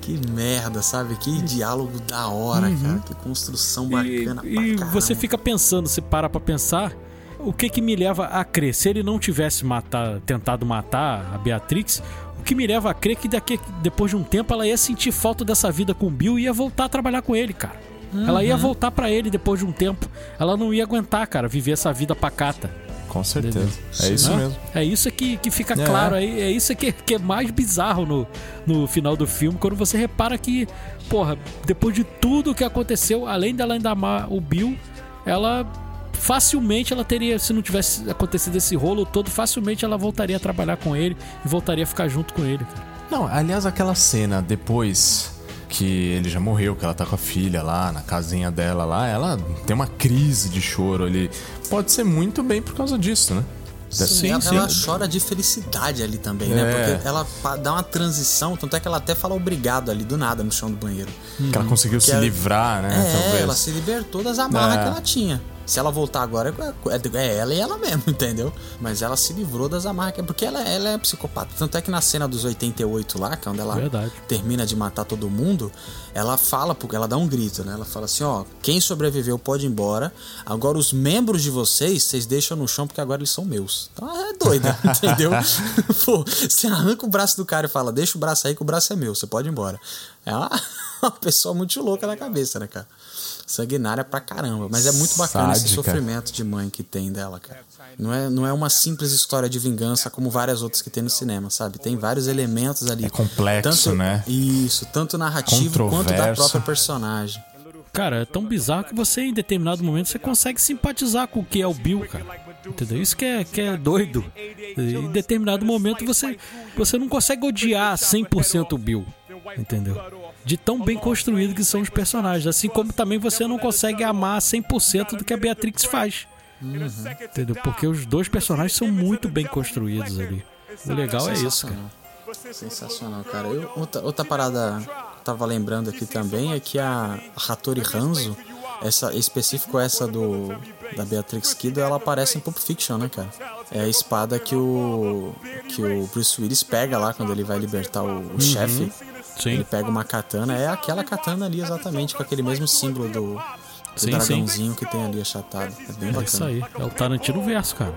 Que merda, sabe? Que diálogo da hora, uhum. cara. Que construção bacana e, pra E caramba. você fica pensando, você para pra pensar, o que que me leva a crer? Se ele não tivesse matar, tentado matar a Beatrix, o que me leva a crer que daqui, depois de um tempo ela ia sentir falta dessa vida com o Bill e ia voltar a trabalhar com ele, cara. Uhum. Ela ia voltar pra ele depois de um tempo. Ela não ia aguentar, cara, viver essa vida pacata. Com certeza. Entendeu? É isso é? mesmo. É isso que, que fica é. claro. É, é isso que, que é mais bizarro no, no final do filme, quando você repara que, porra, depois de tudo que aconteceu, além dela ainda amar o Bill, ela facilmente ela teria, se não tivesse acontecido esse rolo todo, facilmente ela voltaria a trabalhar com ele e voltaria a ficar junto com ele, cara. Não, aliás, aquela cena depois que ele já morreu, que ela tá com a filha lá na casinha dela lá, ela tem uma crise de choro ali. Pode ser muito bem por causa disso, né? Sim, sim, ela, sim. ela chora de felicidade ali também, é. né? Porque ela dá uma transição, tanto é que ela até fala obrigado ali do nada no chão do banheiro. Que ela conseguiu que se ela... livrar, né? É, talvez. Ela se libertou das amarras é. que ela tinha. Se ela voltar agora, é, é ela e ela mesmo, entendeu? Mas ela se livrou das amarras, porque ela, ela é psicopata. Tanto é que na cena dos oitenta e oito lá, que é onde ela Verdade. termina de matar todo mundo, ela fala, porque ela dá um grito, né? Ela fala assim, ó, quem sobreviveu pode ir embora. Agora os membros de vocês, vocês deixam no chão, porque agora eles são meus. Então é doida, entendeu? Pô, você arranca o braço do cara e fala, deixa o braço aí que o braço é meu, você pode ir embora. É uma, uma pessoa muito louca na cabeça, né, cara? Sanguinária pra caramba. Mas é muito bacana Sádica. esse sofrimento de mãe que tem dela, cara. Não é, não é uma simples história de vingança como várias outras que tem no cinema, sabe? Tem vários elementos ali. É complexo, tanto, né? Isso, tanto narrativo quanto da própria personagem. Cara, é tão bizarro que você, em determinado momento, você consegue simpatizar com o que é o Bill, cara. Entendeu? Isso que é, que é doido. Em determinado momento, você, você não consegue odiar cem por cento o Bill. Entendeu? De tão bem construído que são os personagens. Assim como também você não consegue amar cem por cento do que a Beatrix faz. Uhum. Entendeu? Porque os dois personagens são muito bem construídos ali. O legal é isso, cara. Sensacional, cara. Eu, outra, outra parada que eu tava lembrando aqui também é que a Hattori Hanzo, essa, específico essa do da Beatrix Kiddo, ela aparece em Pulp Fiction, né, cara? É a espada que o que o Bruce Willis pega lá quando ele vai libertar o, o uhum. chefe. Sim. Ele pega uma katana, é aquela katana ali exatamente, com aquele mesmo símbolo do, do sim, dragãozinho sim. que tem ali achatado. É bem é bacana. Isso aí, é o Tarantino verso, cara.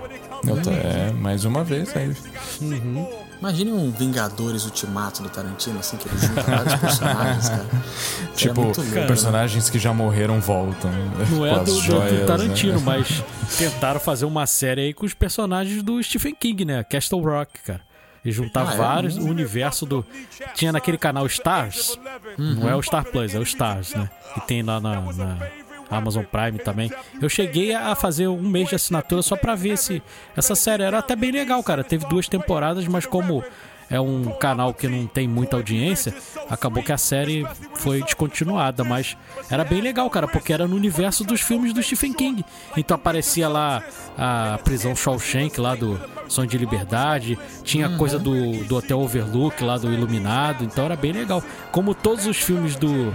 É, mais uma vez aí. Uhum. Imagine um Vingadores Ultimato do Tarantino, assim, que ele junta vários personagens, cara. Tipo, louco, personagens né? que já morreram voltam. Não é do, joias, do Tarantino, né? Mas tentaram fazer uma série aí com os personagens do Stephen King, né? Castle Rock, cara. E juntar ah, vários, é? o universo do... Tinha naquele canal Stars, uhum. não é o Star Plus, é o Stars, né? Que tem lá na, na Amazon Prime também. Eu cheguei a fazer um mês de assinatura só pra ver esse, essa série. Era até bem legal, cara. Teve duas temporadas, mas como é um canal que não tem muita audiência, acabou que a série foi descontinuada, mas era bem legal, cara, porque era no universo dos filmes do Stephen King. Então aparecia lá a prisão Shawshank lá do Sonho de Liberdade, tinha uhum. coisa do, do Hotel Overlook lá do Iluminado, então era bem legal. Como todos os filmes do,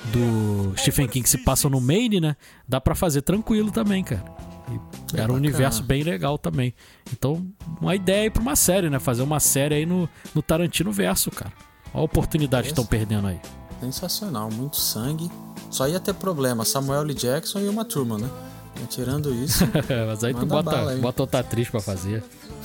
do Stephen King se passam no Maine, né, dá pra fazer tranquilo também, cara. E era é um universo bem legal também. Então, uma ideia aí pra uma série, né? Fazer uma série aí no, no Tarantino verso, cara. Olha a oportunidade que estão perdendo aí. Sensacional, muito sangue. Só ia ter problema, Samuel L. Jackson e uma turma, né? E tirando isso. Mas aí tu bota, bota outra atriz pra fazer.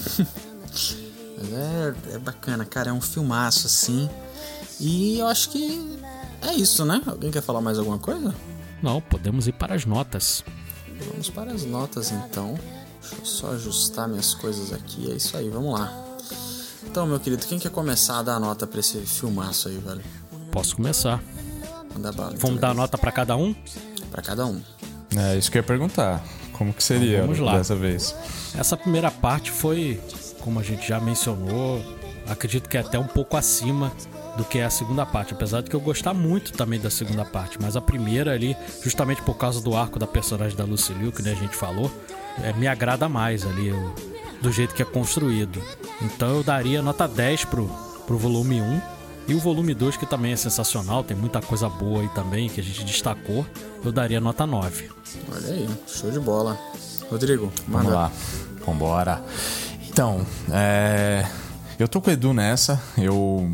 Mas é, é bacana, cara. É um filmaço, assim. E eu acho que é isso, né? Alguém quer falar mais alguma coisa? Não, podemos ir para as notas. Vamos para as notas, então. Deixa eu só ajustar minhas coisas aqui. É isso aí, vamos lá. Então, meu querido, quem quer começar a dar nota pra esse filmaço aí, velho? Posso começar. Manda bala. Vamos então, dar nota pra cada um? Pra cada um. É, isso que eu ia perguntar. Como que seria então, vamos lá. Dessa vez? Essa primeira parte foi, como a gente já mencionou, acredito que é até um pouco acima do que é a segunda parte, apesar de que eu gostar muito também da segunda parte, mas a primeira ali, justamente por causa do arco da personagem da Lucy Liu, que né, a gente falou, é, me agrada mais ali, eu, do jeito que é construído. Então eu daria nota dez pro, pro volume um, e o volume dois, que também é sensacional, tem muita coisa boa aí também, que a gente destacou, eu daria nota nove. Olha aí, show de bola. Rodrigo, manda. Vamos lá, vambora. Então, é... eu tô com o Edu nessa, eu... Eu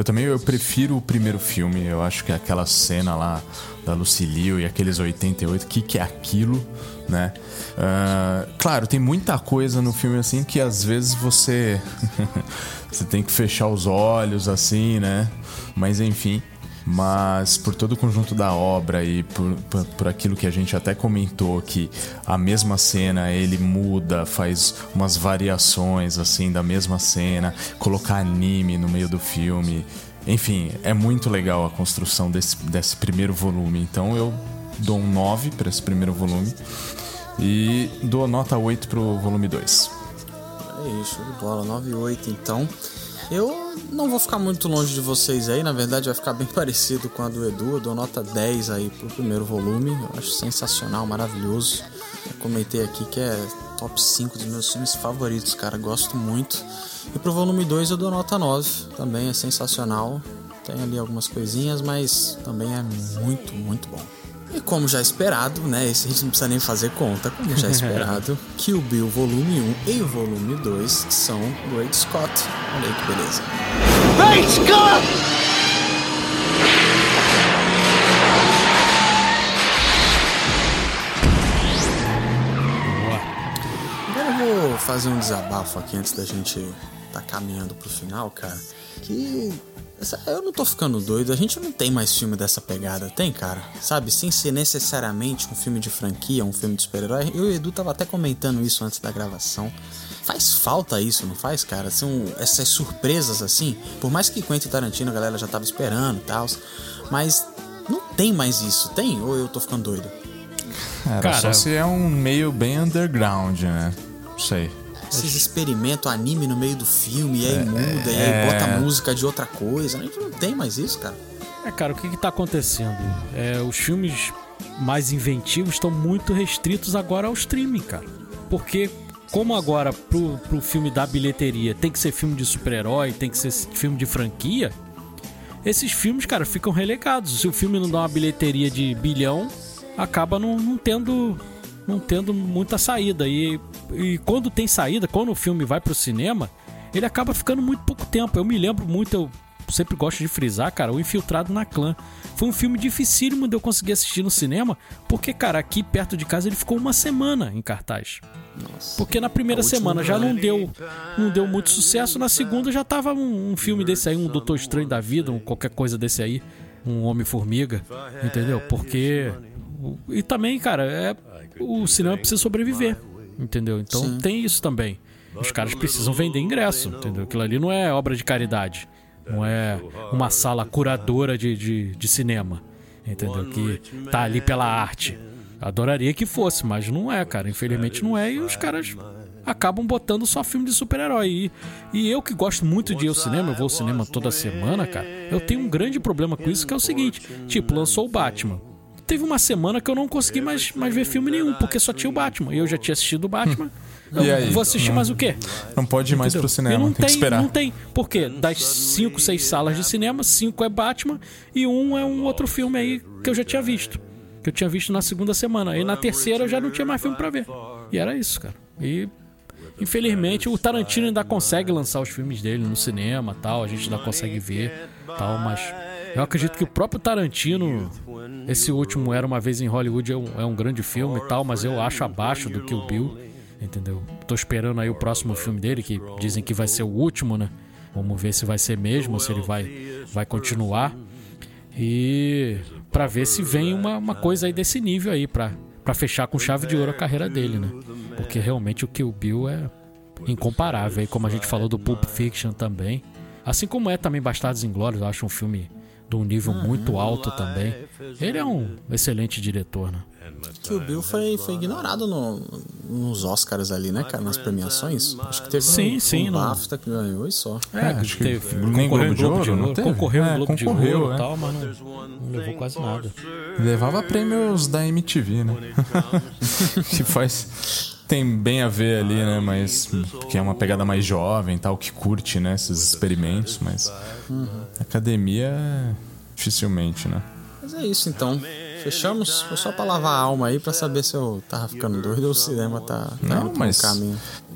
Eu também eu prefiro o primeiro filme. Eu acho que aquela cena lá da Lucille e aqueles oitenta e oito, o que, que é aquilo, né? Uh, claro, tem muita coisa no filme assim que às vezes você você tem que fechar os olhos assim, né? Mas enfim, mas por todo o conjunto da obra e por, por, por aquilo que a gente até comentou, que a mesma cena ele muda, faz umas variações assim da mesma cena, colocar anime no meio do filme, enfim, é muito legal a construção desse, desse primeiro volume. Então eu dou um nove para esse primeiro volume e dou nota oito pro volume dois. É isso, show de bola, nove e oito então. Eu não vou ficar muito longe de vocês aí, na verdade vai ficar bem parecido com a do Edu. Eu dou nota dez aí pro primeiro volume, eu acho sensacional, maravilhoso. Eu comentei aqui que é top cinco dos meus filmes favoritos, cara, gosto muito. E pro volume dois eu dou nota nove, também é sensacional. Tem ali algumas coisinhas, mas também é muito, muito bom. E como já esperado, né, esse a gente não precisa nem fazer conta, como já esperado, Kill Bill volume um e o volume dois são Great Scott. Olha aí que beleza. Great Scott! Agora eu vou fazer um desabafo aqui antes da gente tá caminhando pro final, cara, que... eu não tô ficando doido, a gente não tem mais filme dessa pegada, tem, cara? Sabe, sem ser necessariamente um filme de franquia, um filme de super-herói. Eu e o Edu tava até comentando isso antes da gravação. Faz falta isso, não faz, cara? São essas surpresas assim, por mais que Quentin Tarantino a galera já tava esperando e tal, mas não tem mais isso, tem? Ou eu tô ficando doido? Cara, cara só se é um meio bem underground, né? Não sei. Vocês experimentam anime no meio do filme e aí é, muda, e aí é... bota música de outra coisa. A gente não tem mais isso, cara. É, cara, o que que tá acontecendo? É, os filmes mais inventivos estão muito restritos agora ao streaming, cara. Porque como agora pro, pro filme da bilheteria tem que ser filme de super-herói, tem que ser filme de franquia, esses filmes, cara, ficam relegados. Se o filme não dá uma bilheteria de bilhão, acaba não, não tendo... não tendo muita saída. E, e quando tem saída, quando o filme vai pro cinema, ele acaba ficando muito pouco tempo. Eu me lembro muito, eu sempre gosto de frisar, cara, O Infiltrado na Clã. Foi um filme dificílimo de eu conseguir assistir no cinema, porque, cara, aqui perto de casa ele ficou uma semana em cartaz. Nossa. Porque na primeira semana já não deu, não deu muito sucesso, na segunda já tava um, um filme desse aí, um Doutor Estranho da Vida, um, qualquer coisa desse aí, um Homem-Formiga, entendeu? Porque... E também, cara, é... o cinema precisa sobreviver, entendeu? Então Sim. tem isso também. Os caras precisam vender ingresso, entendeu? Aquilo ali não é obra de caridade, não é uma sala curadora de, de, de cinema, entendeu? Que tá ali pela arte. Adoraria que fosse, mas não é, cara. Infelizmente não é, e os caras acabam botando só filme de super-herói. E, e eu que gosto muito de ir ao cinema, eu vou ao cinema toda semana, cara, eu tenho um grande problema com isso, que é o seguinte: tipo, lançou o Batman. Teve uma semana que eu não consegui mais, mais ver filme nenhum, porque só tinha o Batman. E eu já tinha assistido o Batman. Eu e aí? Vou assistir não, mais o quê? Não pode ir mais pro cinema, não tem, tem que esperar. Não tem. Por quê? Das cinco, seis salas de cinema, cinco é Batman e um é um outro filme aí que eu já tinha visto. Que eu tinha visto na segunda semana. E na terceira eu já não tinha mais filme pra ver. E era isso, cara. E... infelizmente o Tarantino ainda consegue lançar os filmes dele no cinema, tal, a gente ainda consegue ver, tal, mas eu acredito que o próprio Tarantino, esse último Era Uma Vez em Hollywood é um, é um grande filme e tal, mas eu acho abaixo do Kill Bill, entendeu? Tô esperando aí o próximo filme dele, que dizem que vai ser o último, né? Vamos ver se vai ser mesmo, se ele vai, vai continuar, e pra ver se vem uma, uma coisa aí desse nível aí, pra Pra fechar com chave de ouro a carreira dele, né? Porque realmente o Kill Bill é incomparável. E como a gente falou do Pulp Fiction também. Assim como é também Bastardos Inglórios, eu acho um filme de um nível muito alto também. Ele é um excelente diretor, né? Kill Bill foi, foi ignorado no, nos Oscars ali, né, cara? Nas premiações. Acho que teve sim, um, sim, um BAFTA que ganhou e só. É, é acho que teve. Nem Globo de Ouro, não teve? Concorreu no Globo de Ouro e tal, mas não, não levou quase nada. Levava prêmios da M T V, né? Que faz... tem bem a ver ali, né? Mas que é uma pegada mais jovem, tal, que curte, né? Esses experimentos, mas uhum. Academia dificilmente, né? Mas é isso, então. Fechamos? Foi só pra lavar a alma aí, pra saber se eu tava ficando doido ou o cinema tá, tá não, mas, no caminho.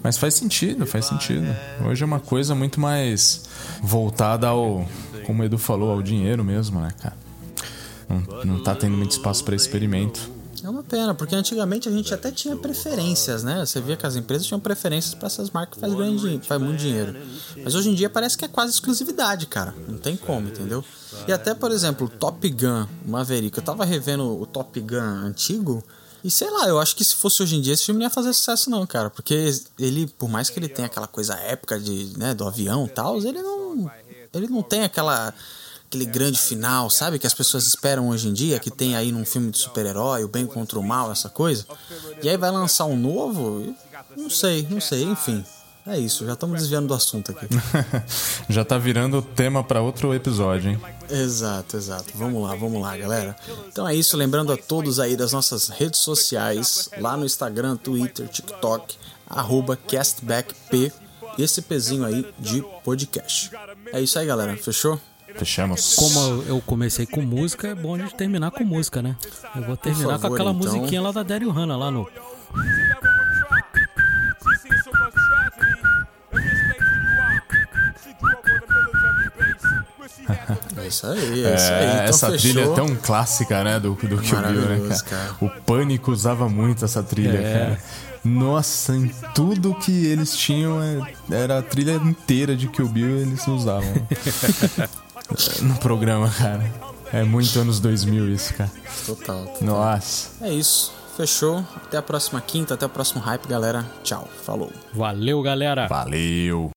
Mas faz sentido, faz sentido. Hoje é uma coisa muito mais voltada ao, como o Edu falou, ao dinheiro mesmo, né, cara? Não, não tá tendo muito espaço para experimento. É uma pena, porque antigamente a gente até tinha preferências, né? Você via que as empresas tinham preferências para essas marcas que faz grande dinheiro, faz muito dinheiro. Mas hoje em dia parece que é quase exclusividade, cara. Não tem como, entendeu? E até, por exemplo, Top Gun Maverick. Eu tava revendo o Top Gun antigo e sei lá, eu acho que se fosse hoje em dia esse filme não ia fazer sucesso não, cara. Porque ele, por mais que ele tenha aquela coisa épica de, né, do avião e tal, ele não, ele não tem aquela... aquele grande final, sabe? Que as pessoas esperam hoje em dia, que tem aí num filme de super-herói, o bem contra o mal, essa coisa. E aí vai lançar um novo? Não sei, não sei, enfim. É isso, já estamos desviando do assunto aqui. Já tá virando tema para outro episódio, hein? Exato, exato. Vamos lá, vamos lá, galera. Então é isso, lembrando a todos aí das nossas redes sociais, lá no Instagram, Twitter, TikTok, arroba castbackp, esse pezinho aí de podcast. É isso aí, galera, fechou? Fechamos. Como eu comecei com música, é bom a gente terminar com música, né? Eu vou terminar favor, com aquela então. musiquinha lá da Daryl Hannah, lá no... É isso aí, é isso aí. É, Então, essa fechou. trilha é tão clássica, né, do, do que o Bill, né, Maravilhoso, cara? cara. O Pânico usava muito essa trilha, É. cara. Nossa, em tudo que eles tinham é- era a trilha inteira de Kill Bill eles usavam no programa, cara. É muito anos dois mil isso, cara. Total, total. Nossa. É isso, fechou. Até a próxima quinta, até o próximo hype, galera. Tchau, falou. Valeu, galera! Valeu.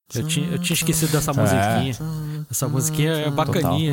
Eu tinha, eu tinha esquecido dessa musiquinha. Essa musiquinha é bacaninha.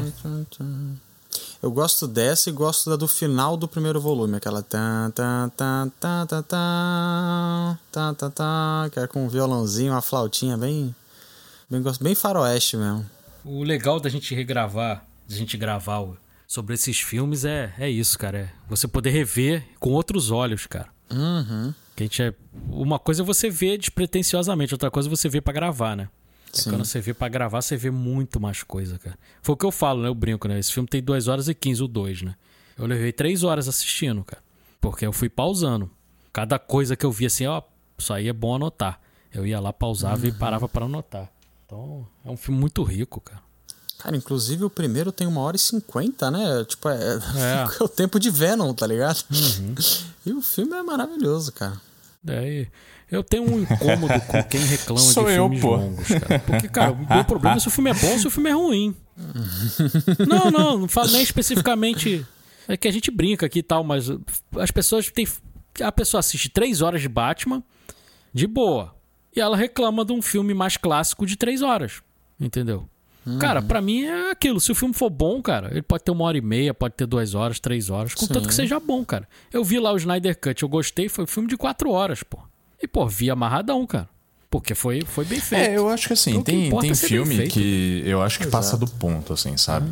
Eu gosto dessa e gosto da do final do primeiro volume, aquela tan tan tan tan tan tan tan tan tan, que é com um violãozinho, uma flautinha bem bem gosto, bem faroeste mesmo. O legal da gente regravar, da gente gravar sobre esses filmes é, é isso, cara, é você poder rever com outros olhos, cara. Uhum. Que a gente é, uma coisa é você ver despretensiosamente, outra coisa é você ver pra gravar, né? É quando você vê pra gravar, você vê muito mais coisa, cara. Foi o que eu falo, né? Eu brinco, né? Esse filme tem duas horas e quinze, o dois, né? Eu levei três horas assistindo, cara. Porque eu fui pausando. Cada coisa que eu vi assim, ó, isso aí é bom anotar. Eu ia lá, pausava uhum. e parava pra anotar. Então, é um filme muito rico, cara. Cara, inclusive o primeiro tem uma hora e cinquenta, né? Tipo, é, é. o tempo de Venom, tá ligado? Uhum. E o filme é maravilhoso, cara. É, e eu tenho um incômodo com quem reclama Sou de eu, filmes pô. longos, cara. Porque, cara, o meu problema é se o filme é bom ou se o filme é ruim. Não, não, não falo nem especificamente. É que a gente brinca aqui e tal, mas as pessoas têm. A pessoa assiste três horas de Batman de boa. E ela reclama de um filme mais clássico de três horas. Entendeu? Uhum. Cara, pra mim é aquilo. Se o filme for bom, cara, ele pode ter uma hora e meia, pode ter duas horas, três horas, contanto Sim. que seja bom, cara. Eu vi lá o Snyder Cut, eu gostei, foi um filme de quatro horas, pô. E, pô, vi amarradão, cara. Porque foi, foi bem feito. É, eu acho que assim, então, tem, que tem é filme que eu acho que Exato. passa do ponto, assim, sabe?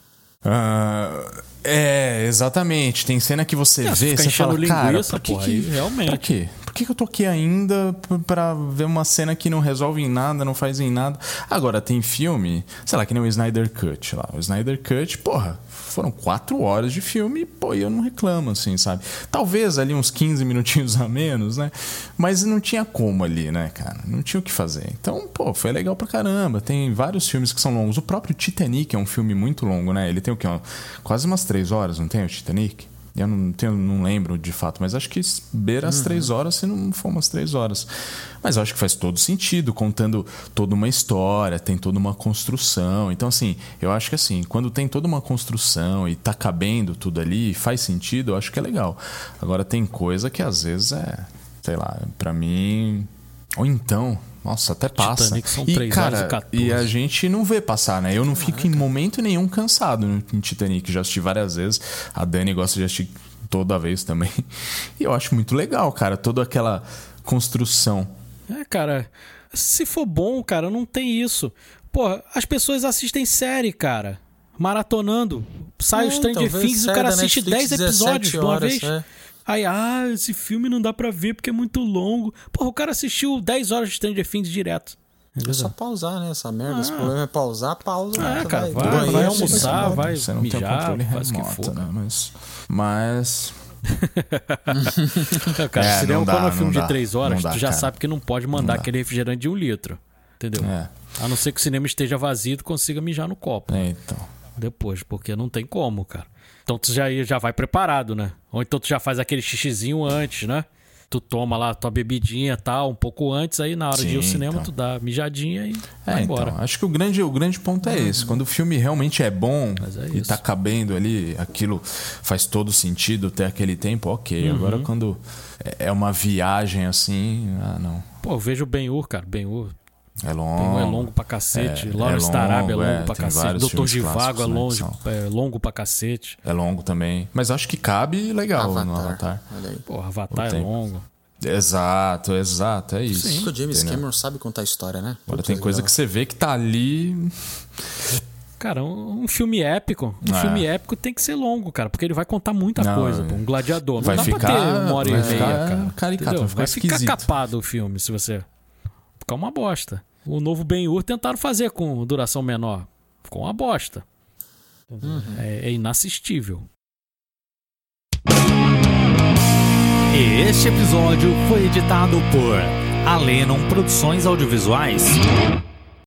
Ah, uh, é, exatamente. Tem cena que você é, vê e você fala, linguiça, cara, pra que porra, que... aí, realmente. Pra quê? Por que, que eu tô aqui ainda pra ver uma cena que não resolve em nada, não faz em nada? Agora, tem filme, sei lá, que nem o Snyder Cut lá. O Snyder Cut, porra, foram quatro horas de filme, pô, e eu não reclamo, assim, sabe? Talvez ali uns quinze minutinhos a menos, né? Mas não tinha como ali, né, cara? Não tinha o que fazer. Então, pô, foi legal pra caramba. Tem vários filmes que são longos. O próprio Titanic é um filme muito longo, né? Ele tem o quê? Quase umas três horas, não tem o Titanic? Eu não, tenho, não lembro de fato, mas acho que beira as uhum. três horas, se não for umas três horas. Mas eu acho que faz todo sentido, contando toda uma história, tem toda uma construção. Então, assim, eu acho que assim, quando tem toda uma construção e tá cabendo tudo ali, faz sentido, eu acho que é legal. Agora, tem coisa que às vezes é, sei lá, pra mim... Ou então... Nossa, até passa. Titanic são e, três cara, horas e quatorze. E a gente não vê passar, né? Eu não fico ah, em momento nenhum cansado no Titanic. Já assisti várias vezes. A Dani gosta de assistir toda vez também. E eu acho muito legal, cara. Toda aquela construção. É, cara. Se for bom, cara, não tem isso. Pô, as pessoas assistem série, cara. Maratonando. Sai é, o Stranger Things e o cara assiste dez episódios de uma vez. É. Aí, ah, esse filme não dá pra ver porque é muito longo. Porra, o cara assistiu dez horas de Stranger Things direto. É só pausar, né? Essa merda. Ah. Esse problema é pausar, pausa. Ah, cara, vai, vai, vai almoçar, vai Você não mijar, tem controle faz remoto, que for. Né? Mas... Mas... cara, é, se der um dá, filme dá, de três horas, dá, tu já cara. sabe que não pode mandar não aquele refrigerante de um litro. Entendeu? É. A não ser que o cinema esteja vazio, tu consiga mijar no copo. É, então. Depois, porque não tem como, cara. Então tu já, já vai preparado, né? Ou então tu já faz aquele xixizinho antes, né? Tu toma lá a tua bebidinha e tal, um pouco antes, aí na hora Sim, de ir ao cinema então. tu dá mijadinha e é, vai embora. Então, acho que o grande, o grande ponto é esse. Quando o filme realmente é bom é e tá cabendo ali, aquilo faz todo sentido ter aquele tempo, ok. Uhum. Agora quando é uma viagem assim, ah, não. Pô, eu vejo o Ben-Hur, cara. Ben-Hur... É longo. É longo pra cacete. É, Lawrence é da Arábia é longo é, pra cacete. Doutor Zhivago é, longe, é longo pra cacete. É longo também. Mas acho que cabe legal Avatar. no Avatar. Porra, Avatar é longo. Exato, exato. É isso. Sim, o James Entendeu? Cameron sabe contar a história, né? Agora tem coisa que você vê que tá ali... Cara, um, um filme épico. Um é. filme épico tem que ser longo, cara. Porque ele vai contar muita não, coisa. Pô. Um gladiador. Não vai dá ficar, pra ter uma hora e meia, ficar cara. Caricato, vai ficar, vai ficar esquisito. capado o filme, se você... Ficar uma bosta. O novo Ben-Hur tentaram fazer com duração menor. Ficou uma bosta. Uhum. É, é inassistível. Este episódio foi editado por Alenon Produções Audiovisuais.